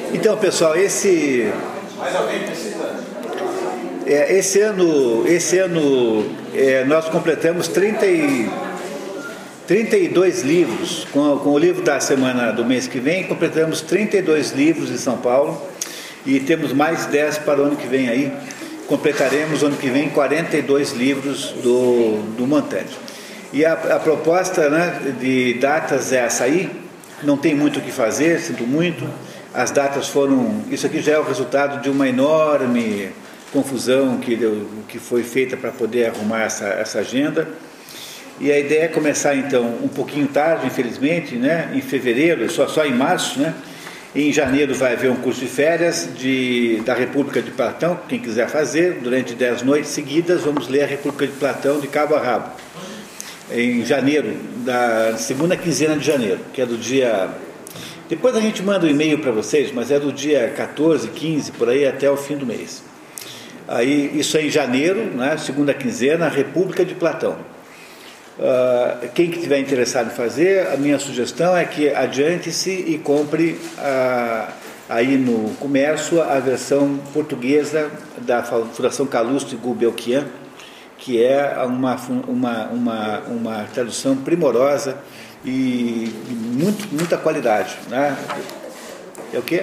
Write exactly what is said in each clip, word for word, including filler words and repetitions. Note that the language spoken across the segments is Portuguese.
Então, pessoal, esse Mais alguém precisa? é, esse ano, esse ano é, nós completamos trinta e, trinta e dois livros. Com, com o livro da semana do mês que vem, completamos trinta e dois livros em São Paulo e temos mais dez para o ano que vem aí. Completaremos ano que vem quarenta e dois livros do, do Montante. E a, a proposta, né, de datas é essa aí. Não tem muito o que fazer, sinto muito. As datas foram... Isso aqui já é o resultado de uma enorme confusão que, deu, que foi feita para poder arrumar essa, essa agenda. E a ideia é começar, então, um pouquinho tarde, infelizmente, né, em fevereiro, só, só em março, né? Em janeiro vai haver um curso de férias de, da República de Platão, quem quiser fazer, durante dez noites seguidas, vamos ler a República de Platão de cabo a rabo. Em janeiro, da segunda quinzena de janeiro, que é do dia... Depois a gente manda um e-mail para vocês, mas é do dia quatorze, quinze, por aí, até o fim do mês. Aí, isso é em janeiro, né, segunda quinzena, República de Platão. Uh, quem que estiver interessado em fazer, a minha sugestão é que adiante-se e compre uh, aí no comércio a versão portuguesa da Fundação Calouste Gulbenkian, que é uma, uma, uma, uma tradução primorosa e muito, muita qualidade, né? É o quê?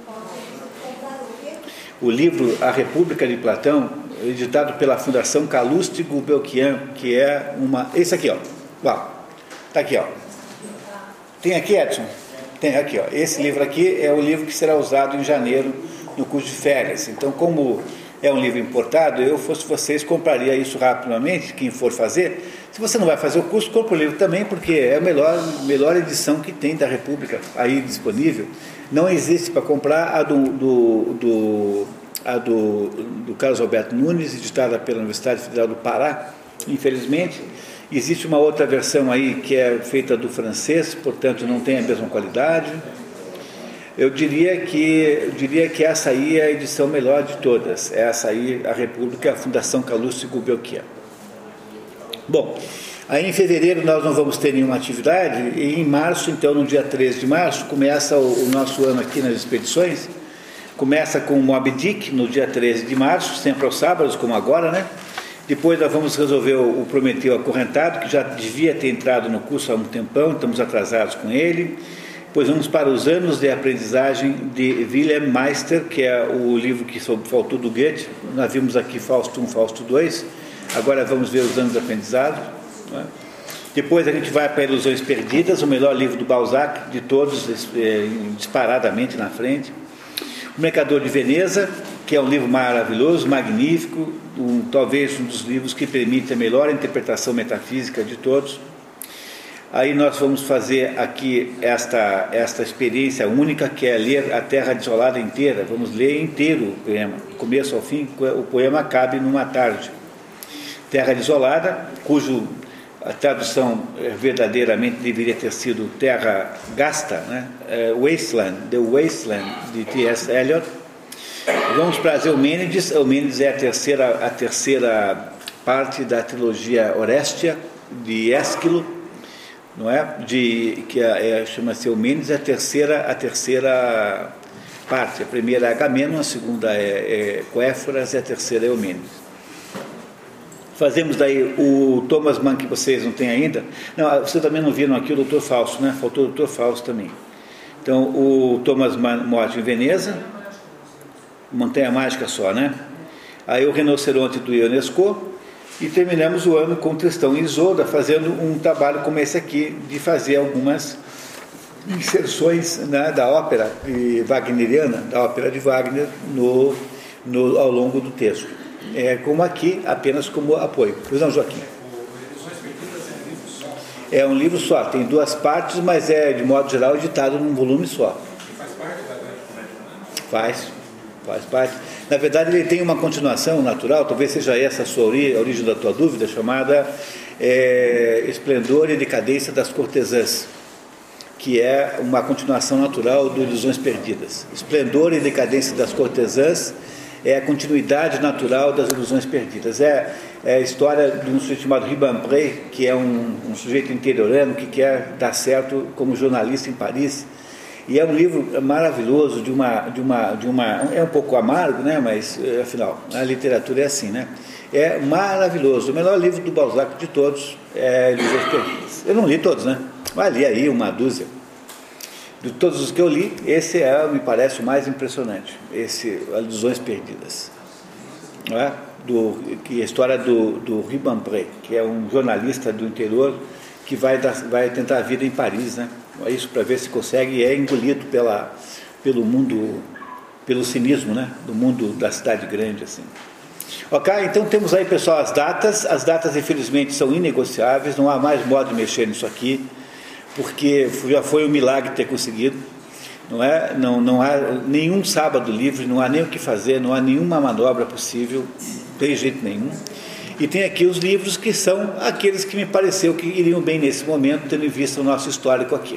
O livro A República de Platão, editado pela Fundação Calouste Gulbenkian, que é uma... Esse aqui, ó. Uau. Tá aqui, ó. Tem aqui, Edson? Tem aqui, ó. Esse livro aqui é o livro que será usado em janeiro no curso de férias. Então, como é um livro importado, eu, fosse vocês, compraria isso rapidamente, quem for fazer. Se você não vai fazer o curso, compre o livro também, porque é a melhor, melhor edição que tem da República aí disponível. Não existe para comprar a do, do, do, a do, do Carlos Alberto Nunes, editada pela Universidade Federal do Pará, infelizmente. Existe uma outra versão aí que é feita do francês, portanto não tem a mesma qualidade. Eu diria que, eu diria que essa aí é a edição melhor de todas. Essa aí, a República, a Fundação Calouste Gulbenkian. Bom, aí em fevereiro nós não vamos ter nenhuma atividade, e em março, então no dia treze de março, começa o, o nosso ano aqui nas expedições. Começa com o Moby Dick no dia treze de março, sempre aos sábados, como agora, né? Depois nós vamos resolver o, o Prometeu Acorrentado, que já devia ter entrado no curso há um tempão, estamos atrasados com ele. Depois vamos para os anos de aprendizagem de Wilhelm Meister, que é o livro que faltou do Goethe. Nós vimos aqui Fausto um, Fausto dois. Agora vamos ver os anos de aprendizado. Né? Depois a gente vai para Ilusões Perdidas, o melhor livro do Balzac, de todos, é, disparadamente na frente. O Mercador de Veneza, que é um livro maravilhoso, magnífico, um, talvez um dos livros que permite a melhor interpretação metafísica de todos. Aí nós vamos fazer aqui esta, esta experiência única, que é ler A Terra Desolada inteira. Vamos ler inteiro o poema, do começo ao fim. O poema cabe numa tarde. Terra Desolada, cujo a tradução verdadeiramente deveria ter sido Terra Gasta, né? É, Wasteland, The Wasteland, de T S Eliot. Vamos para as Eumênides. Eumênides é a terceira, a terceira parte da trilogia Orestia, de Ésquilo, não é? De, que é, chama-se Eumênides, a terceira, a terceira parte. A primeira é Agamenon, a segunda é, é Coéforas e a terceira é Eumênides. Fazemos daí o Thomas Mann, que vocês não têm ainda. Não, vocês também não viram aqui o doutor Fausto, né? Faltou o doutor Fausto também. Então, o Thomas Mann, Morte em Veneza, Montanha Mágica só, né? Aí o Rinoceronte do Ionesco. E terminamos o ano com Tristão e Isolda, fazendo um trabalho como esse aqui, de fazer algumas inserções, né, da ópera wagneriana, da ópera de Wagner, no, no, ao longo do texto. É como aqui, apenas como apoio. Pois não, Joaquim? É um livro só, tem duas partes, mas é, de modo geral, editado num volume só. Faz parte da Grande Comédia? Faz, faz parte. Na verdade, ele tem uma continuação natural, talvez seja essa a sua ori- a origem da tua dúvida, chamada é, Esplendor e Decadência das Cortesãs, que é uma continuação natural do Ilusões Perdidas. Esplendor e Decadência das Cortesãs é a continuidade natural das Ilusões Perdidas. É, é a história de um sujeito chamado Ribampré, que é um, um sujeito interiorano que quer dar certo como jornalista em Paris. E é um livro maravilhoso, de uma, de uma, de uma, é um pouco amargo, né? Mas afinal, a literatura é assim, né? É maravilhoso. O melhor livro do Balzac de todos é Ilusões Perdidas. Eu não li todos, né? Mas li aí uma dúzia. De todos os que eu li, esse é, me parece, o mais impressionante. Esse, Ilusões Perdidas. Não é? Do, que é a história do, do Ribempré, que é um jornalista do interior que vai, dar, vai tentar a vida em Paris, né? Isso para ver se consegue, e é engolido pela, pelo mundo, pelo cinismo, né? Do mundo da cidade grande, assim. Ok, então temos aí, pessoal, as datas. As datas, infelizmente, são inegociáveis, não há mais modo de mexer nisso aqui, porque já foi um milagre ter conseguido. Não, é? não, não há nenhum sábado livre, não há nem o que fazer, não há nenhuma manobra possível, não tem jeito nenhum. E tem aqui os livros que são aqueles que me pareceu que iriam bem nesse momento, tendo em vista o nosso histórico aqui.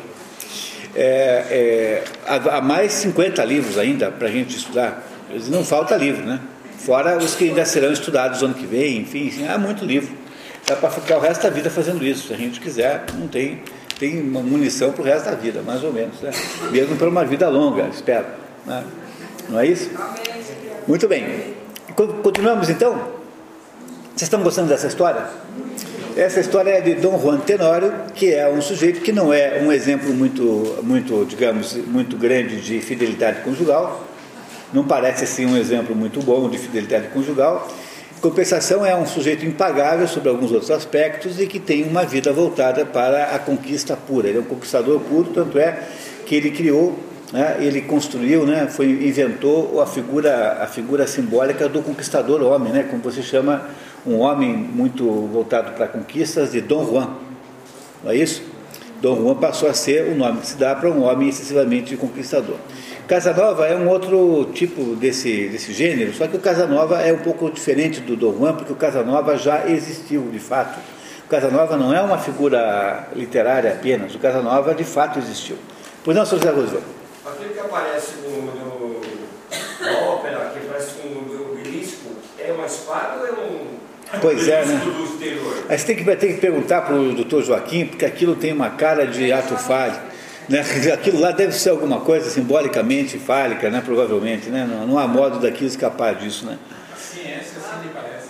É, é, há mais cinquenta livros ainda para a gente estudar, não falta livro, né? Fora os que ainda serão estudados ano que vem, enfim, enfim há muito livro. Dá para ficar o resto da vida fazendo isso, se a gente quiser, não tem, tem uma munição para o resto da vida, mais ou menos, né? Mesmo para uma vida longa, espero, né? Não é isso? Muito bem. Continuamos então? Vocês estão gostando dessa história? Essa história é de Dom Juan Tenório, que é um sujeito que não é um exemplo muito, muito, digamos, muito grande de fidelidade conjugal. Não parece assim um exemplo muito bom de fidelidade conjugal. Em compensação, é um sujeito impagável sobre alguns outros aspectos e que tem uma vida voltada para a conquista pura. Ele é um conquistador puro, tanto é que ele criou, né, ele construiu, né, foi, inventou a figura, a figura simbólica do conquistador homem, né, como você chama um homem muito voltado para conquistas, de Dom Juan. Não é isso? Dom Juan passou a ser o nome que se dá para um homem excessivamente conquistador. Casanova é um outro tipo desse, desse gênero, só que o Casanova é um pouco diferente do Dom Juan, porque o Casanova já existiu de fato. O Casanova não é uma figura literária apenas, o Casanova de fato existiu. Pois não, senhor José Roosevelt? Aquele que aparece no, no, na ópera, que parece um obelisco, é uma espada ou é um... Pois é, né? Aí você tem que, tem que perguntar para o doutor Joaquim, porque aquilo tem uma cara de ato falho, né? Aquilo lá deve ser alguma coisa simbolicamente fálica, né? Provavelmente, né? Não, não há modo daquilo escapar disso, né? A ciência assim me parece.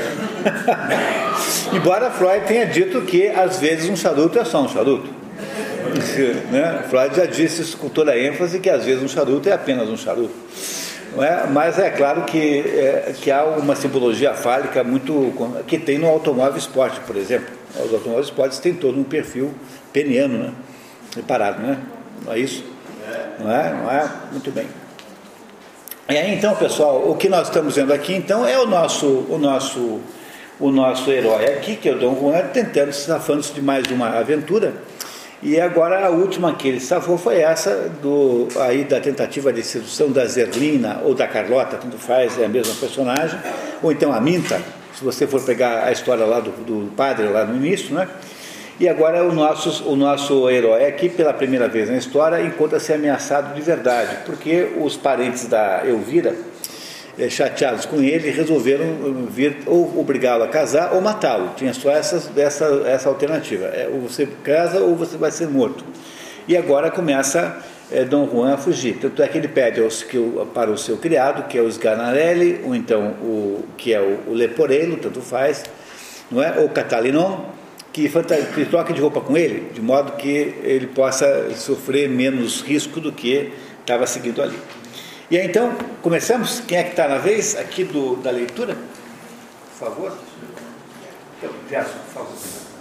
É. Embora Freud tenha dito que às vezes um charuto é só um charuto, né? Freud já disse isso com toda a ênfase, que às vezes um charuto é apenas um charuto. Não é? Mas é claro que, é, que há uma simbologia fálica muito, que tem no automóvel esporte, por exemplo. Os automóveis esportes têm todo um perfil peniano, né? Reparado, né? Não é isso? Não é? Não é? Muito bem. E aí então, pessoal, o que nós estamos vendo aqui então é o nosso, o nosso, o nosso herói aqui, que é o Dom Juan, tentando se safando de mais uma aventura. E agora a última que ele safou foi essa do, aí da tentativa de sedução da Zerlina ou da Carlota, tanto faz, é a mesma personagem, ou então a Minta, se você for pegar a história lá do, do padre lá no início, né? E agora o nosso, o nosso herói aqui, pela primeira vez na história, encontra-se ameaçado de verdade, porque os parentes da Elvira, chateados com ele, resolveram vir ou obrigá-lo a casar ou matá-lo. Tinha só essa, essa, essa alternativa, é, ou você casa ou você vai ser morto. E agora começa é, Dom Juan a fugir, tanto é que ele pede aos, que, para o seu criado, que é o Sganarelli, ou então o, que é o, o Leporello, tanto faz, não é? Ou Catalinon, que, que troque de roupa com ele, de modo que ele possa sofrer menos risco do que estava seguindo ali. E aí, então, começamos? Quem é que está na vez aqui do, da leitura? Por favor. Então, Gerson, por favor.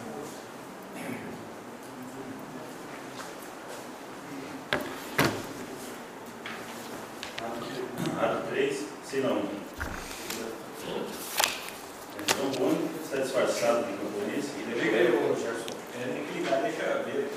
Ato três, cena um. Dom Juan está disfarçado de camponês e Liga aí, ô Gerson. Tem que ligar, deixa eu ver.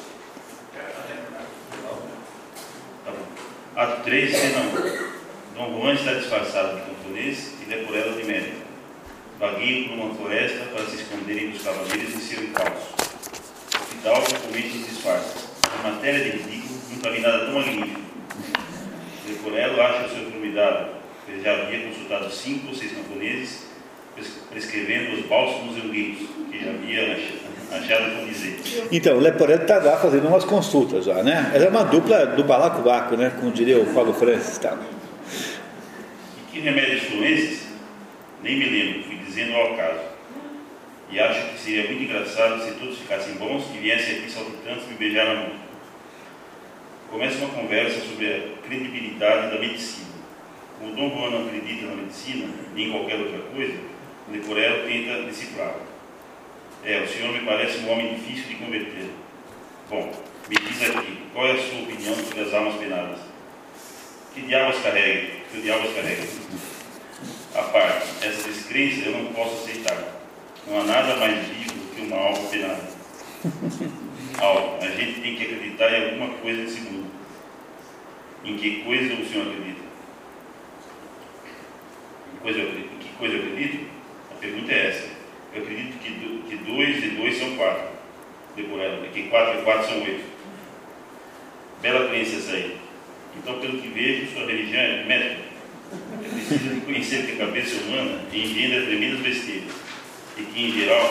Tá bom. Ato três, cena um. Dom Juan está disfarçado de camponês e Leporello de médico. Vagueia por uma floresta para se esconderem dos cavaleiros em seu encalço. O fidalgo comete os disfarces. Em matéria de ridículo, nunca vi nada tão magnífico. Leporello acha o seu formidável, pois já havia consultado cinco ou seis camponeses prescrevendo os bálsamos erguidos que havia achado com dizer. Então, o Leporello está lá fazendo umas consultas já, né? Ela é uma dupla do balacobaco, né? Como diria o Paulo Francis. Tá? E que remédios foram esses? Nem me lembro, fui dizendo ao caso. E acho que seria muito engraçado se todos ficassem bons e viessem aqui saltitantes me beijar na mão. Começa uma conversa sobre a credibilidade da medicina. Como Dom Juan não acredita na medicina, nem em qualquer outra coisa, o Leporello tenta decifrá-lo. É, o senhor me parece um homem difícil de converter. Bom, me diz aqui, qual é a sua opinião sobre as almas penadas? Que diabos carrega? Que o diabo as carrega? A parte, essa descrença eu não posso aceitar. Não há nada mais vivo do que uma alma penada. Alma, a gente tem que acreditar em alguma coisa nesse mundo. Em que coisa o senhor acredita? Em, coisa eu acredito? Em que coisa eu acredito? A pergunta é essa. Eu acredito que, do, que dois e dois são quatro. Leporello, que quatro e quatro são oito. Bela crença essa aí. Então, pelo que vejo, sua religião é método. É preciso reconhecer que a cabeça humana engendra tremendas besteiras. E que, em geral,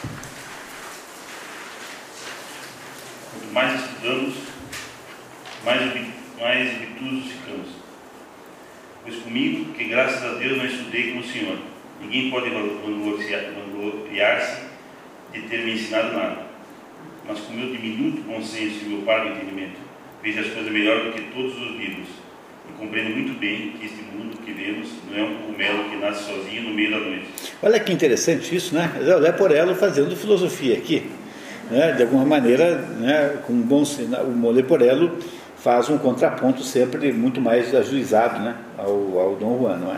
quanto mais estudamos, mais, mais obtusos ficamos. Pois comigo, que graças a Deus não estudei como o senhor, ninguém pode vangloriar-se de ter me ensinado nada. Mas com meu diminuto bom senso e meu parco entendimento, vejo as coisas melhor do que todos os livros. E compreendo muito bem que este mundo que vemos não é um cogumelo que nasce sozinho no meio da noite. Olha que interessante isso, né? O Leporello fazendo filosofia aqui, né? De alguma maneira, né? Com um bom, o Leporello faz um contraponto sempre muito mais ajuizado, né? ao, ao Dom Juan, não é?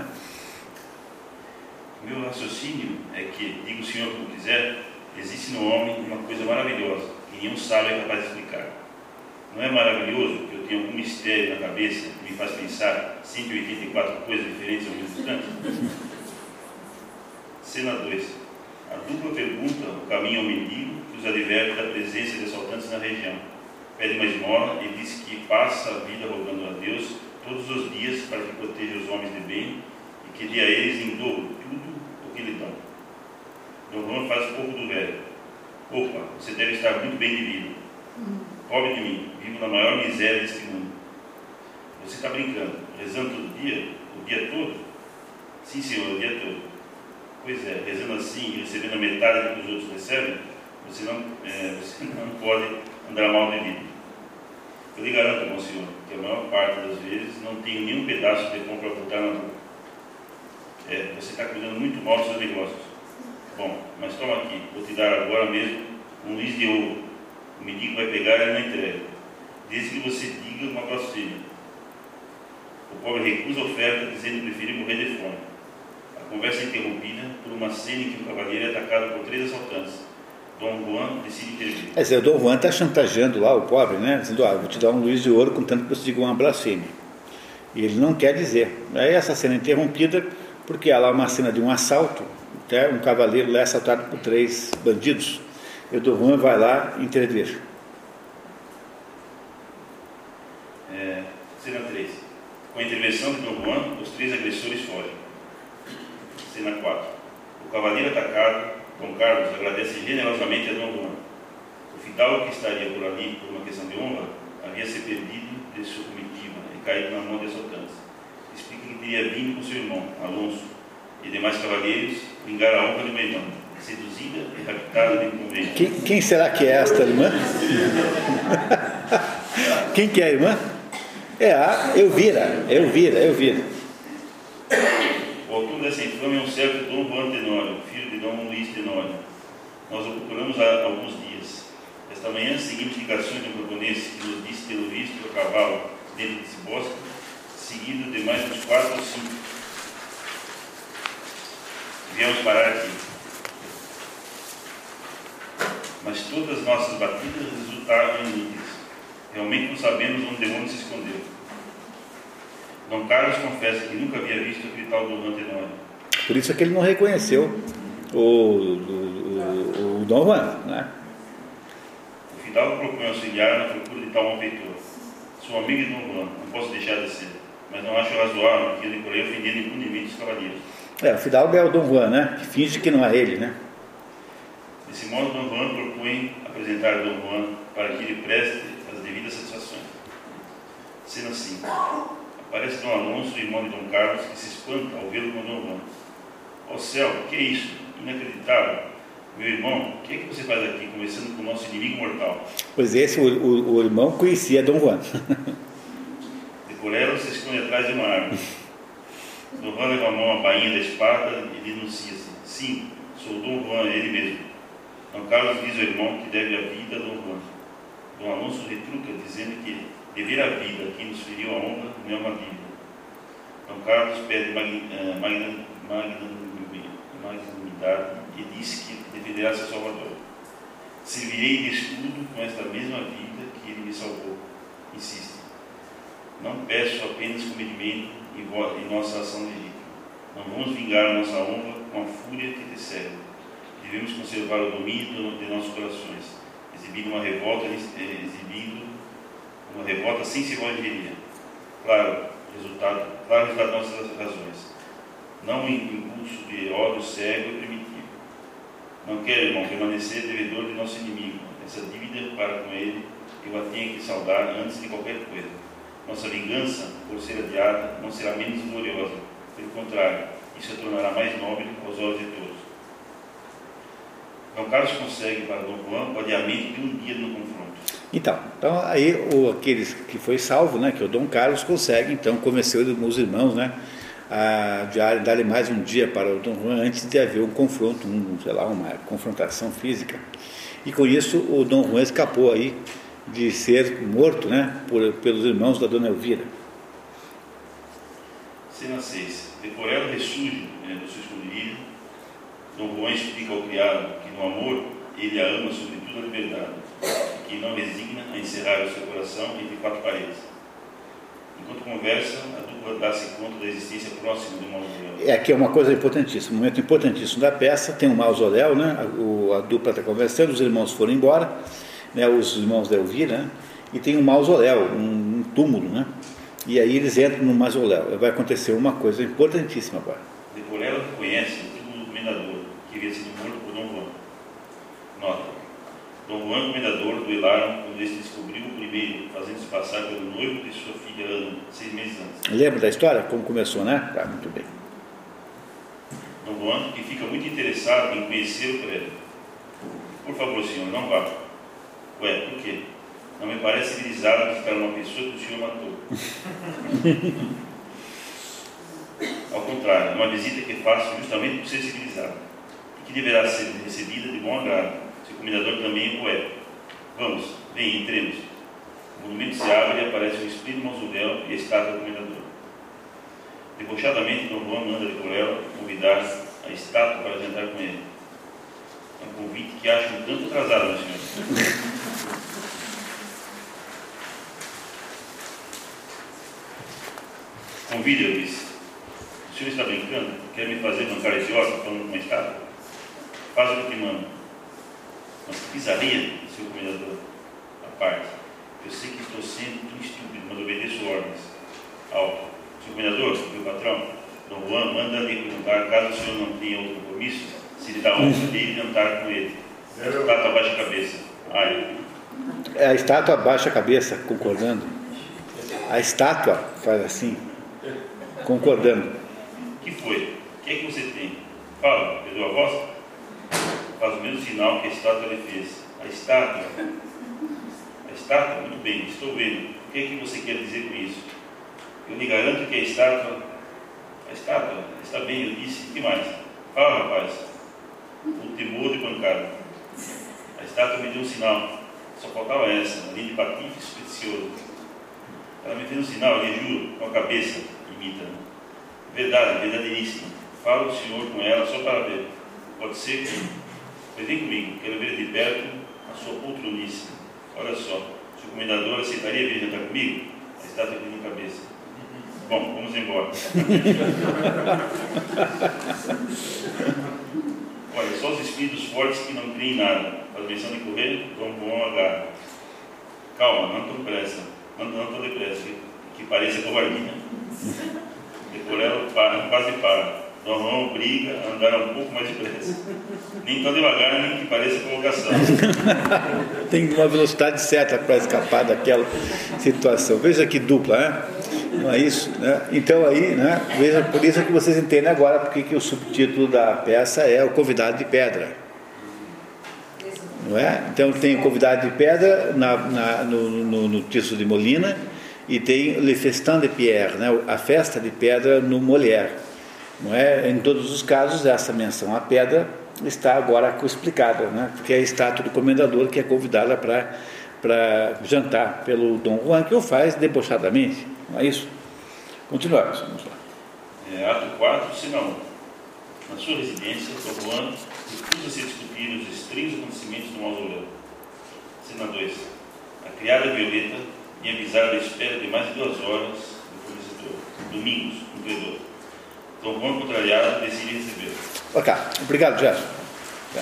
Meu raciocínio é que, diga o senhor como quiser, existe no homem uma coisa maravilhosa que nenhum sábio é capaz de explicar. Não é maravilhoso que eu tenha algum mistério na cabeça que me faz pensar cento e oitenta e quatro coisas diferentes ao mesmo tempo? Cena dois. A dupla pergunta o caminho ao mendigo que os adverte da presença de assaltantes na região. Pede uma esmola e diz que passa a vida rogando a Deus todos os dias para que proteja os homens de bem e que dê a eles em dobro tudo o que lhe dão. Dom Juan faz pouco do velho. Opa, você deve estar muito bem de vida. Pobre de mim, vivo na maior miséria deste mundo. Você está brincando, rezando todo dia, o dia todo? Sim, senhor, o dia todo. Pois é, rezando assim e recebendo a metade do que os outros recebem, você não, é, você não pode andar mal de vida. Eu lhe garanto, bom senhor, que a maior parte das vezes não tenho nenhum pedaço de pão para botar na boca. É, você está cuidando muito mal dos seus negócios. Bom, mas toma aqui, vou te dar agora mesmo um luiz de ouro. O mendigo vai pegar e não entrega. Desde que você diga uma blasfêmia. O pobre recusa a oferta, dizendo que prefere morrer de fome. A conversa é interrompida por uma cena em que o cavalheiro é atacado por três assaltantes. Dom Juan decide intervir. É, o Dom Juan está chantageando lá o pobre, né? Dizendo, ah, vou te dar um luiz de ouro, contanto que você diga uma blasfêmia. E ele não quer dizer. Aí essa cena é interrompida porque ela é uma cena de um assalto. Até um cavaleiro é assaltado por três bandidos. E o Dom Juan vai lá intervir. É, cena três. Com a intervenção de Dom Juan, os três agressores fogem. Cena quatro. O cavaleiro atacado, Dom Carlos, agradece generosamente a Dom Juan. O fidalgo que estaria por ali por uma questão de honra havia se perdido de sua comitiva e caído na mão de assaltantes. Explica que teria vindo com seu irmão, Alonso, e demais cavalheiros vingar a honra de uma irmã, seduzida e raptada de convênio. Quem, quem será que é esta irmã? Quem que é a irmã? É a Elvira, Elvira, Elvira. O autor dessa infâmia é um certo Dom Juan Tenório, filho de Dom Luís Tenório. Nós o procuramos há alguns dias. Esta manhã seguimos indicações de um camponês que nos disse ter visto a cavalo dentro desse bosque, seguido de mais uns quatro ou cinco. Viemos parar aqui. Mas todas as nossas batidas resultaram inúteis. Realmente não sabemos onde o demônio se escondeu. Dom Carlos confessa que nunca havia visto aquele tal Dom Juan Tenório. Por isso é que ele não reconheceu o, o, o, o Dom Juan, né? O fidalgo propõe auxiliar na procura de tal malfeitor. Sou amigo de Dom Juan, não posso deixar de ser, mas não acho razoável que ele por aí ofendendo impunemente os cavalheiros. É, o Fidalgo é o Dom Juan, né? Que finge que não é ele, né? Desse modo, Dom Juan propõe apresentar Dom Juan para que ele preste as devidas satisfações. Sendo assim, aparece Dom Alonso, irmão de Dom Carlos, que se espanta ao vê-lo com Dom Juan. Ó céu, que é isso? Inacreditável! Meu irmão, o que é que você faz aqui, conversando com o nosso inimigo mortal? Pois esse, o, o, o irmão conhecia Dom Juan. De por ela se esconde atrás de uma árvore. Dom Juan leva a mão à bainha da espada e denuncia-se. Sim, sou Dom Juan, ele mesmo. Dom Carlos diz ao irmão que deve a vida a Dom Juan. Dom Alonso retruca, dizendo que dever a vida a quem nos feriu a honra não é uma dívida. Dom Carlos pede magnanimidade e diz que defenderá seu Salvador. Servirei de escudo com esta mesma vida que ele me salvou. Insiste. Não peço apenas comedimento em nossa ação legítima. Não vamos vingar a nossa honra com a fúria que te cega. Devemos conservar o domínio de nossos corações, exibindo uma revolta, exibindo uma revolta sem selvageria. Claro, resultado, claro resultado das nossas razões. Não um impulso de ódio cego e primitivo. Não quero, irmão, permanecer devedor de nosso inimigo. Essa dívida para com ele eu a tenho que saldar antes de qualquer coisa. Nossa vingança, por ser adiada, não será menos gloriosa. Pelo contrário, isso a tornará mais nobre aos olhos de todos. Dom Carlos consegue para Dom Juan o adiamento de um dia no confronto. Então, então aí o, aqueles que foi salvo, né, que é o Dom Carlos, consegue então convencer os irmãos, né, a dar mais um dia para o Dom Juan antes de haver um confronto, um, sei lá, uma confrontação física. E com isso o Dom Juan escapou aí de ser morto, né, por, pelos irmãos da Dona Elvira. Cena seis. De por ela ressurge, né, do seu esconderijo. Dom Juan explica ao criado que no amor ele a ama sobretudo a liberdade, e que não resigna a encerrar o seu coração entre quatro paredes. Enquanto conversa, a dupla dá-se conta da existência próxima do mausoléu. É, aqui é uma coisa importantíssima, um momento importantíssimo da peça. Tem um mausoléu, né, a, o, a dupla está conversando, os irmãos foram embora, né, os irmãos da Elvira, né, e tem um mausoléu, um, um túmulo, né, e aí eles entram no mausoléu. Vai acontecer uma coisa importantíssima agora. De por ela reconhece o túmulo do comendador, que havia sido morto por Dom Juan. Nota. Dom Juan e o comendador duelaram quando este descobriu o primeiro, fazendo-se passar pelo noivo de sua filha Ana, seis meses antes. Lembra da história? Como começou, né? Tá, muito bem. Dom Juan, que fica muito interessado em conhecer o prédio. Por favor, senhor, não vá. Ué, por quê? Não me parece civilizado visitar uma pessoa que o senhor matou. Ao contrário, é uma visita que faço justamente por ser civilizado, e que deverá ser recebida de bom agrado. Seu comendador também é poeta. Vamos, vem, entremos. O monumento se abre e aparece um espelho mausoléu e a estátua do comendador. Debochadamente, Dom Juan manda de por ela convidar a estátua para jantar com ele. É um convite que acho um tanto atrasado, meu senhor. Convide, eu disse. O senhor está brincando? Quer me fazer bancar esse órgão falando com uma estátua? Faz o que te mando. Mas que pisaria, seu comendador, à parte. Eu sei que estou sendo tão estúpido, mas obedeço ordens. Alto. Seu comendador, meu patrão, Dom Juan, manda lhe perguntar, caso o senhor não tenha outro compromisso, se lhe dá a honra de ir jantar com ele. A estátua abaixa a cabeça. Ai. A estátua abaixa a cabeça, concordando. A estátua faz assim, concordando. O que foi? O que é que você tem? Fala, perdeu a voz? Faz o mesmo sinal que a estátua lhe fez. A estátua? A estátua? Muito bem, estou vendo. O que é que você quer dizer com isso? Eu lhe garanto que a estátua... A estátua? Está bem, eu disse. O que mais? Fala, rapaz. O temor de pancada. A estátua me deu um sinal. Só faltava essa, uma linha de patife supersticioso. Ela me fez um sinal, eu lhe juro, com a cabeça. Imita. Verdade, verdadeiríssima. Fala o senhor com ela só para ver. Pode ser que... Pois vem comigo, quero ver de perto a sua poltronice. Olha só, se o comendador aceitaria vir jantar comigo, a estátua aqui na cabeça. Bom, vamos embora. Olha, só os espíritos fortes que não creem em nada. Faz menção de correr, Dom Juan agarra. Calma, não tão pressa, não, não tão depressa, que, que pareça covardia. De por ela para, quase para. Dom Juan obriga a andar um pouco mais depressa. Nem tão devagar, nem que pareça colocação. Tem uma velocidade certa para escapar daquela situação. Veja que dupla, né? Não é isso? Né? Então aí, né? Veja, por isso que vocês entendem agora porque que o subtítulo da peça é O Convidado de Pedra. Não é? Então tem o Convidado de Pedra na, na, no, no, no texto de Molina e tem Le Festin de Pierre, né? A Festa de Pedra no Molière. Não é? Em todos os casos, essa menção à pedra está agora explicada, né? Porque é a estátua do comendador que é convidada para para jantar pelo Dom Juan, que o faz debochadamente, não é isso? Continuamos, vamos lá. É, ato quatro, cena um. Na sua residência, Dom Juan recusa-se a discutir os estranhos acontecimentos do mausoléu. Cena dois. A criada Violeta me avisar da espera de mais de duas horas do fornecedor. Domingos, no credor. Dom Juan, contrariado, decide receber. Ok, obrigado, Gerson. Tá.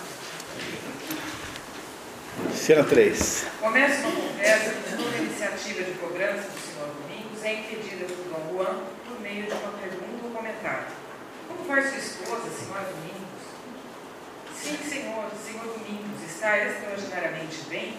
Cena três. Começa uma conversa que toda iniciativa de cobrança do senhor Domingos é impedida por Dom Juan por meio de uma pergunta ou comentário. Como vai sua esposa, senhora Domingos? Sim, senhor, senhor Domingos, está extraordinariamente bem?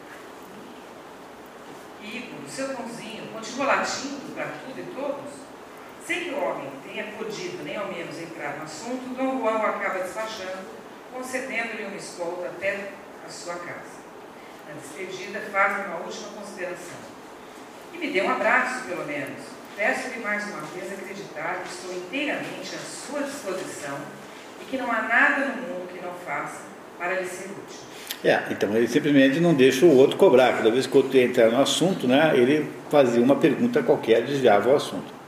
Igor, seu pãozinho, continua latindo para tudo e todos? Sem que o homem tenha podido, nem ao menos, entrar no assunto, Dom Juan o acaba despachando, concedendo-lhe uma escolta até a sua casa. Na despedida, faz uma última consideração. E me dê um abraço, pelo menos. Peço-lhe mais uma vez acreditar que estou inteiramente à sua disposição e que não há nada no mundo que não faça para lhe ser útil. É, então ele simplesmente não deixa o outro cobrar. Cada vez que o outro entra no assunto, né, ele fazia uma pergunta qualquer, desviava o assunto.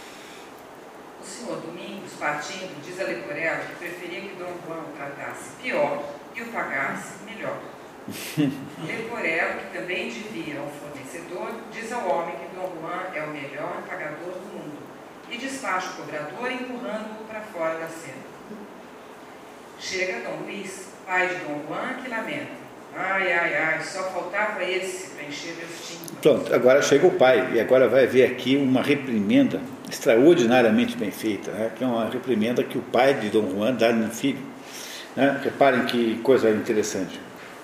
O senhor Domingos, partindo, diz a Leporello que preferia que Dom Juan o tratasse pior e o pagasse melhor. Leporello, que também devia ao fornecedor, diz ao homem que Dom Juan é o melhor pagador do mundo e despacha o cobrador empurrando-o para fora da cena. Chega Dom Luís, pai de Dom Juan, que lamenta. Ai, ai, ai, só faltava esse para encher meus tímpanos. Pronto, agora chega o pai, e agora vai ver aqui uma reprimenda extraordinariamente bem feita, né? Que é uma reprimenda que o pai de Dom Juan dá no filho. Né? Reparem que coisa interessante.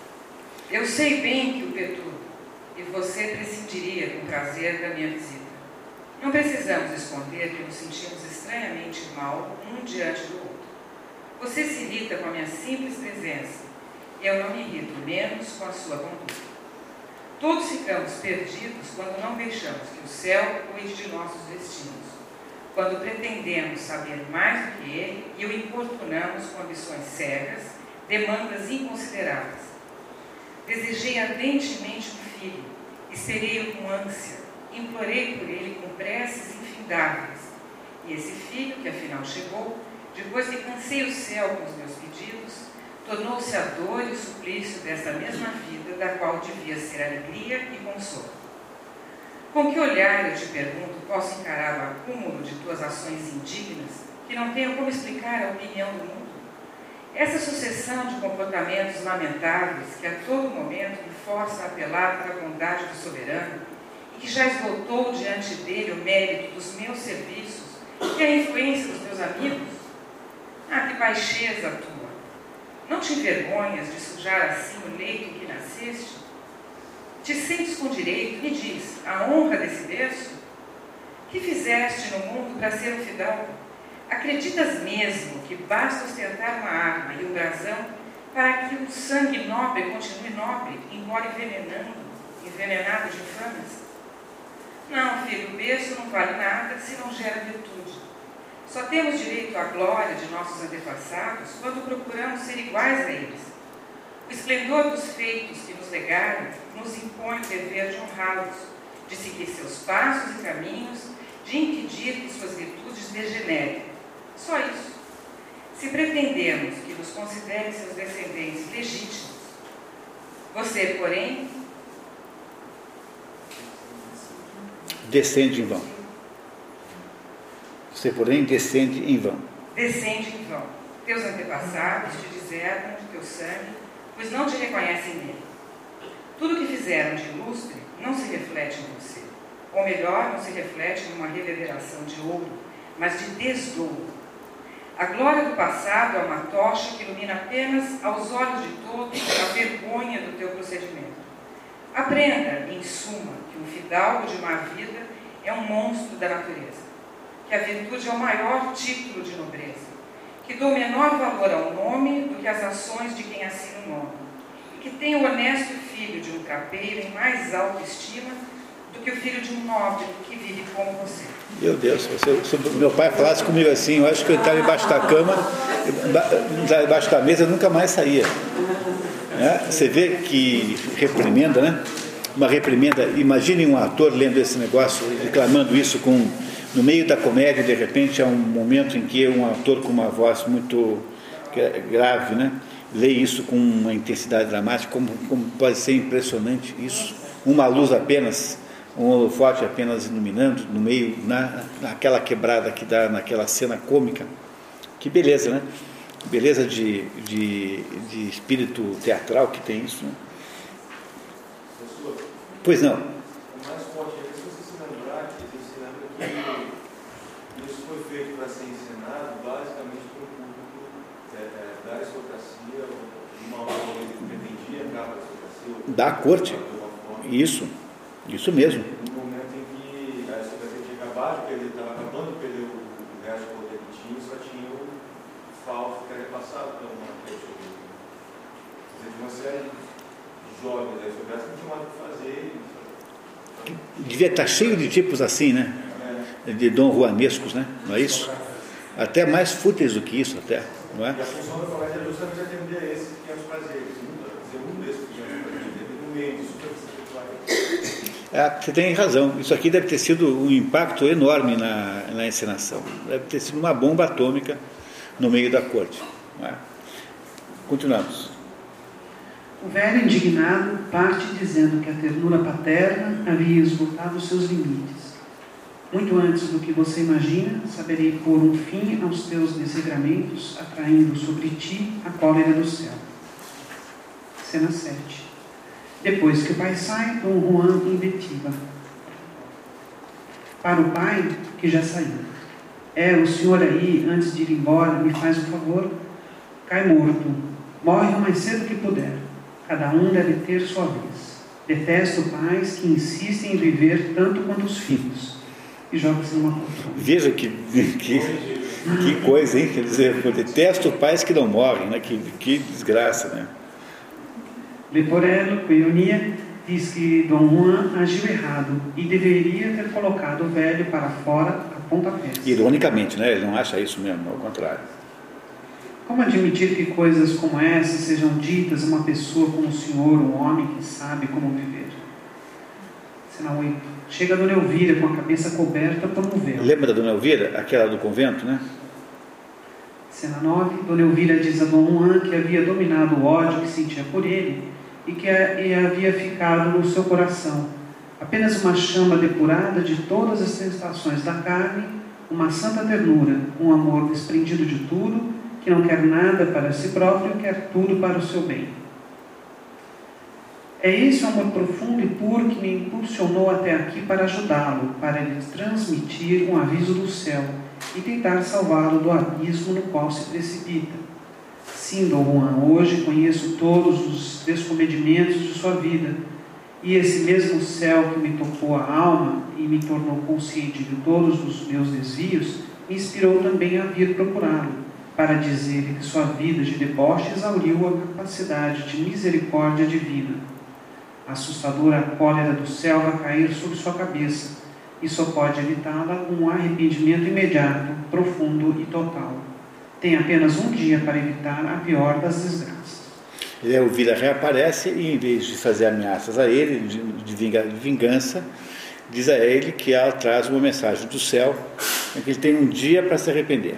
Eu sei bem que o perturbo, e você prescindiria com prazer da minha visita. Não precisamos esconder que nos sentimos estranhamente mal um diante do outro. Você se irrita com a minha simples presença, e eu não me irrito menos com a sua conduta. Todos ficamos perdidos quando não deixamos que o céu cuide de nossos destinos, quando pretendemos saber mais do que ele e o importunamos com ambições cegas, demandas inconsideráveis. Desejei ardentemente um filho, esperei-o com ânsia, implorei por ele com preces infindáveis. E esse filho, que afinal chegou, depois que cansei o céu com os meus pedidos, tornou-se a dor e o suplício dessa mesma vida, da qual devia ser alegria e consolo. Com que olhar, eu te pergunto, posso encarar o acúmulo de tuas ações indignas, que não tenho como explicar a opinião do mundo? Essa sucessão de comportamentos lamentáveis, que a todo momento me força a apelar para a bondade do soberano, e que já esgotou diante dele o mérito dos meus serviços e a influência dos meus amigos? Ah, que baixeza tua! Não te envergonhas de sujar assim o leito em que nasceste? Te sentes com direito, me diz, a honra desse berço? Que fizeste no mundo para ser um fidalgo? Acreditas mesmo que basta ostentar uma arma e um brasão para que o sangue nobre continue nobre, embora envenenando, envenenado de infames? Não, filho, o berço não vale nada se não gera virtude. Só temos direito à glória de nossos antepassados quando procuramos ser iguais a eles. O esplendor dos feitos que nos legaram nos impõe o dever de honrá-los, de seguir seus passos e caminhos, de impedir que suas virtudes degenerem. Só isso. Se pretendemos que nos considerem seus descendentes legítimos, você, porém, descende em vão. Você, porém, descende em vão. Descende em vão. Teus antepassados te desertam de teu sangue, pois não te reconhecem nele. Tudo que fizeram de ilustre não se reflete em você. Ou melhor, não se reflete numa reverberação de ouro, mas de desdouro. A glória do passado é uma tocha que ilumina apenas aos olhos de todos a vergonha do teu procedimento. Aprenda, em suma, que o fidalgo de uma vida é um monstro da natureza, que a virtude é o maior título de nobreza, que dou menor valor ao nome do que às ações de quem assina o nome, e que tem o honesto filho de um trapeiro em mais alta estima do que o filho de um nobre que vive como você. Meu Deus, se, se meu pai falasse comigo assim, eu acho que eu estava embaixo da cama, embaixo da mesa, nunca mais saía. Né? Você vê que reprimenda, né? Uma reprimenda. Imagine um ator lendo esse negócio, reclamando isso com, no meio da comédia, de repente há um momento em que um ator com uma voz muito grave, né? Lê isso com uma intensidade dramática, como, como pode ser impressionante isso. Uma luz apenas, um holofote apenas iluminando no meio, na, naquela quebrada que dá naquela cena cômica. Que beleza, né? Beleza de, de, de espírito teatral que tem isso, né? Pois não. O mais forte é se você se lembrar que você se lembra que isso foi feito para ser ensinado basicamente para o público é, é, da aristocracia, uma aula que pretendia entrar para a aristocracia. Da corte. Isso, isso mesmo. No momento em que a aristocracia tinha acabado de perder, estava acabando de perder o, o resto do poder que tinha, só tinha o falso que era passado para uma aristocracia. Quer dizer, uma série de jovens da aristocracia não tinha mais o que fazer. Devia estar cheio de tipos assim, né? De Dom Juanescos, né? Não é isso? Até mais fúteis do que isso, até, não é? E a função da colégia é justamente atender esses pequenos prazeres. Um desses pequenos prazeres, no meio disso que é, você tem razão. Isso aqui deve ter sido um impacto enorme na, na encenação. Deve ter sido uma bomba atômica no meio da corte. Não é? Continuamos. O velho indignado parte dizendo que a ternura paterna havia esgotado seus limites. Muito antes do que você imagina, saberei pôr um fim aos teus desregramentos, atraindo sobre ti a cólera do céu. Cena sete. Depois que o pai sai, Dom Juan invetiva. Para o pai, que já saiu. É, o senhor aí, antes de ir embora, me faz um favor? Cai morto. Morre o mais cedo que puder. Cada um deve ter sua vez. Detesto pais que insistem em viver tanto quanto os filhos. E joga-se numa poltrona. Veja que, que, que coisa, hein? Quer dizer, eu detesto pais que não morrem, né? Que, que desgraça, né? Leporello, com ironia, diz que Dom Juan agiu errado e deveria ter colocado o velho para fora a pontapés. Ironicamente, né? Ele não acha isso mesmo, ao contrário. Como admitir que coisas como essas sejam ditas a uma pessoa como o senhor, um homem que sabe como viver? Cena oito. Chega a Dona Elvira com a cabeça coberta por um véu. Lembra da Dona Elvira? Aquela do convento, né? Cena nove. Dona Elvira diz a Dom Juan que havia dominado o ódio que sentia por ele e que havia ficado no seu coração apenas uma chama depurada de todas as tentações da carne, uma santa ternura, um amor desprendido de tudo, que não quer nada para si próprio, quer tudo para o seu bem. É esse o amor profundo e puro que me impulsionou até aqui para ajudá-lo, para lhe transmitir um aviso do céu e tentar salvá-lo do abismo no qual se precipita. Sim, Dom Juan, hoje conheço todos os descomedimentos de sua vida, e esse mesmo céu que me tocou a alma e me tornou consciente de todos os meus desvios, me inspirou também a vir procurá-lo, para dizer-lhe que sua vida de deboche exauriu a capacidade de misericórdia divina. A assustadora cólera do céu vai cair sobre sua cabeça, e só pode evitá-la um arrependimento imediato, profundo e total. Tem apenas um dia para evitar a pior das desgraças. E a Elvira reaparece e, em vez de fazer ameaças a ele, de, de, vinga, de vingança, diz a ele que ela traz uma mensagem do céu, em que ele tem um dia para se arrepender.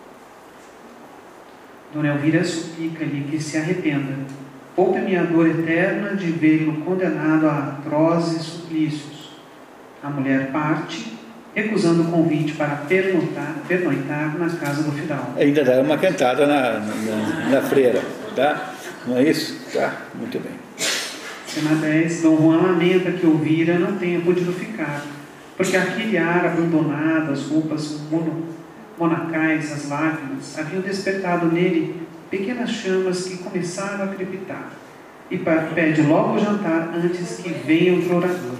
Dona Elvira suplica-lhe que se arrependa. Poupe-me a dor eterna de vê-lo condenado a atrozes suplícios. A mulher parte, recusando o convite para pernoitar, pernoitar na casa do fidalgo. Ainda dá uma cantada na, na, na freira, tá? Não é isso? Tá? Muito bem. Cena dez. Dom Juan lamenta que Elvira não tenha podido ficar, porque aquele ar abandonado, as roupas mono, monacais, as lágrimas, haviam despertado nele pequenas chamas que começaram a crepitar. E pede logo o jantar antes que venha o florador.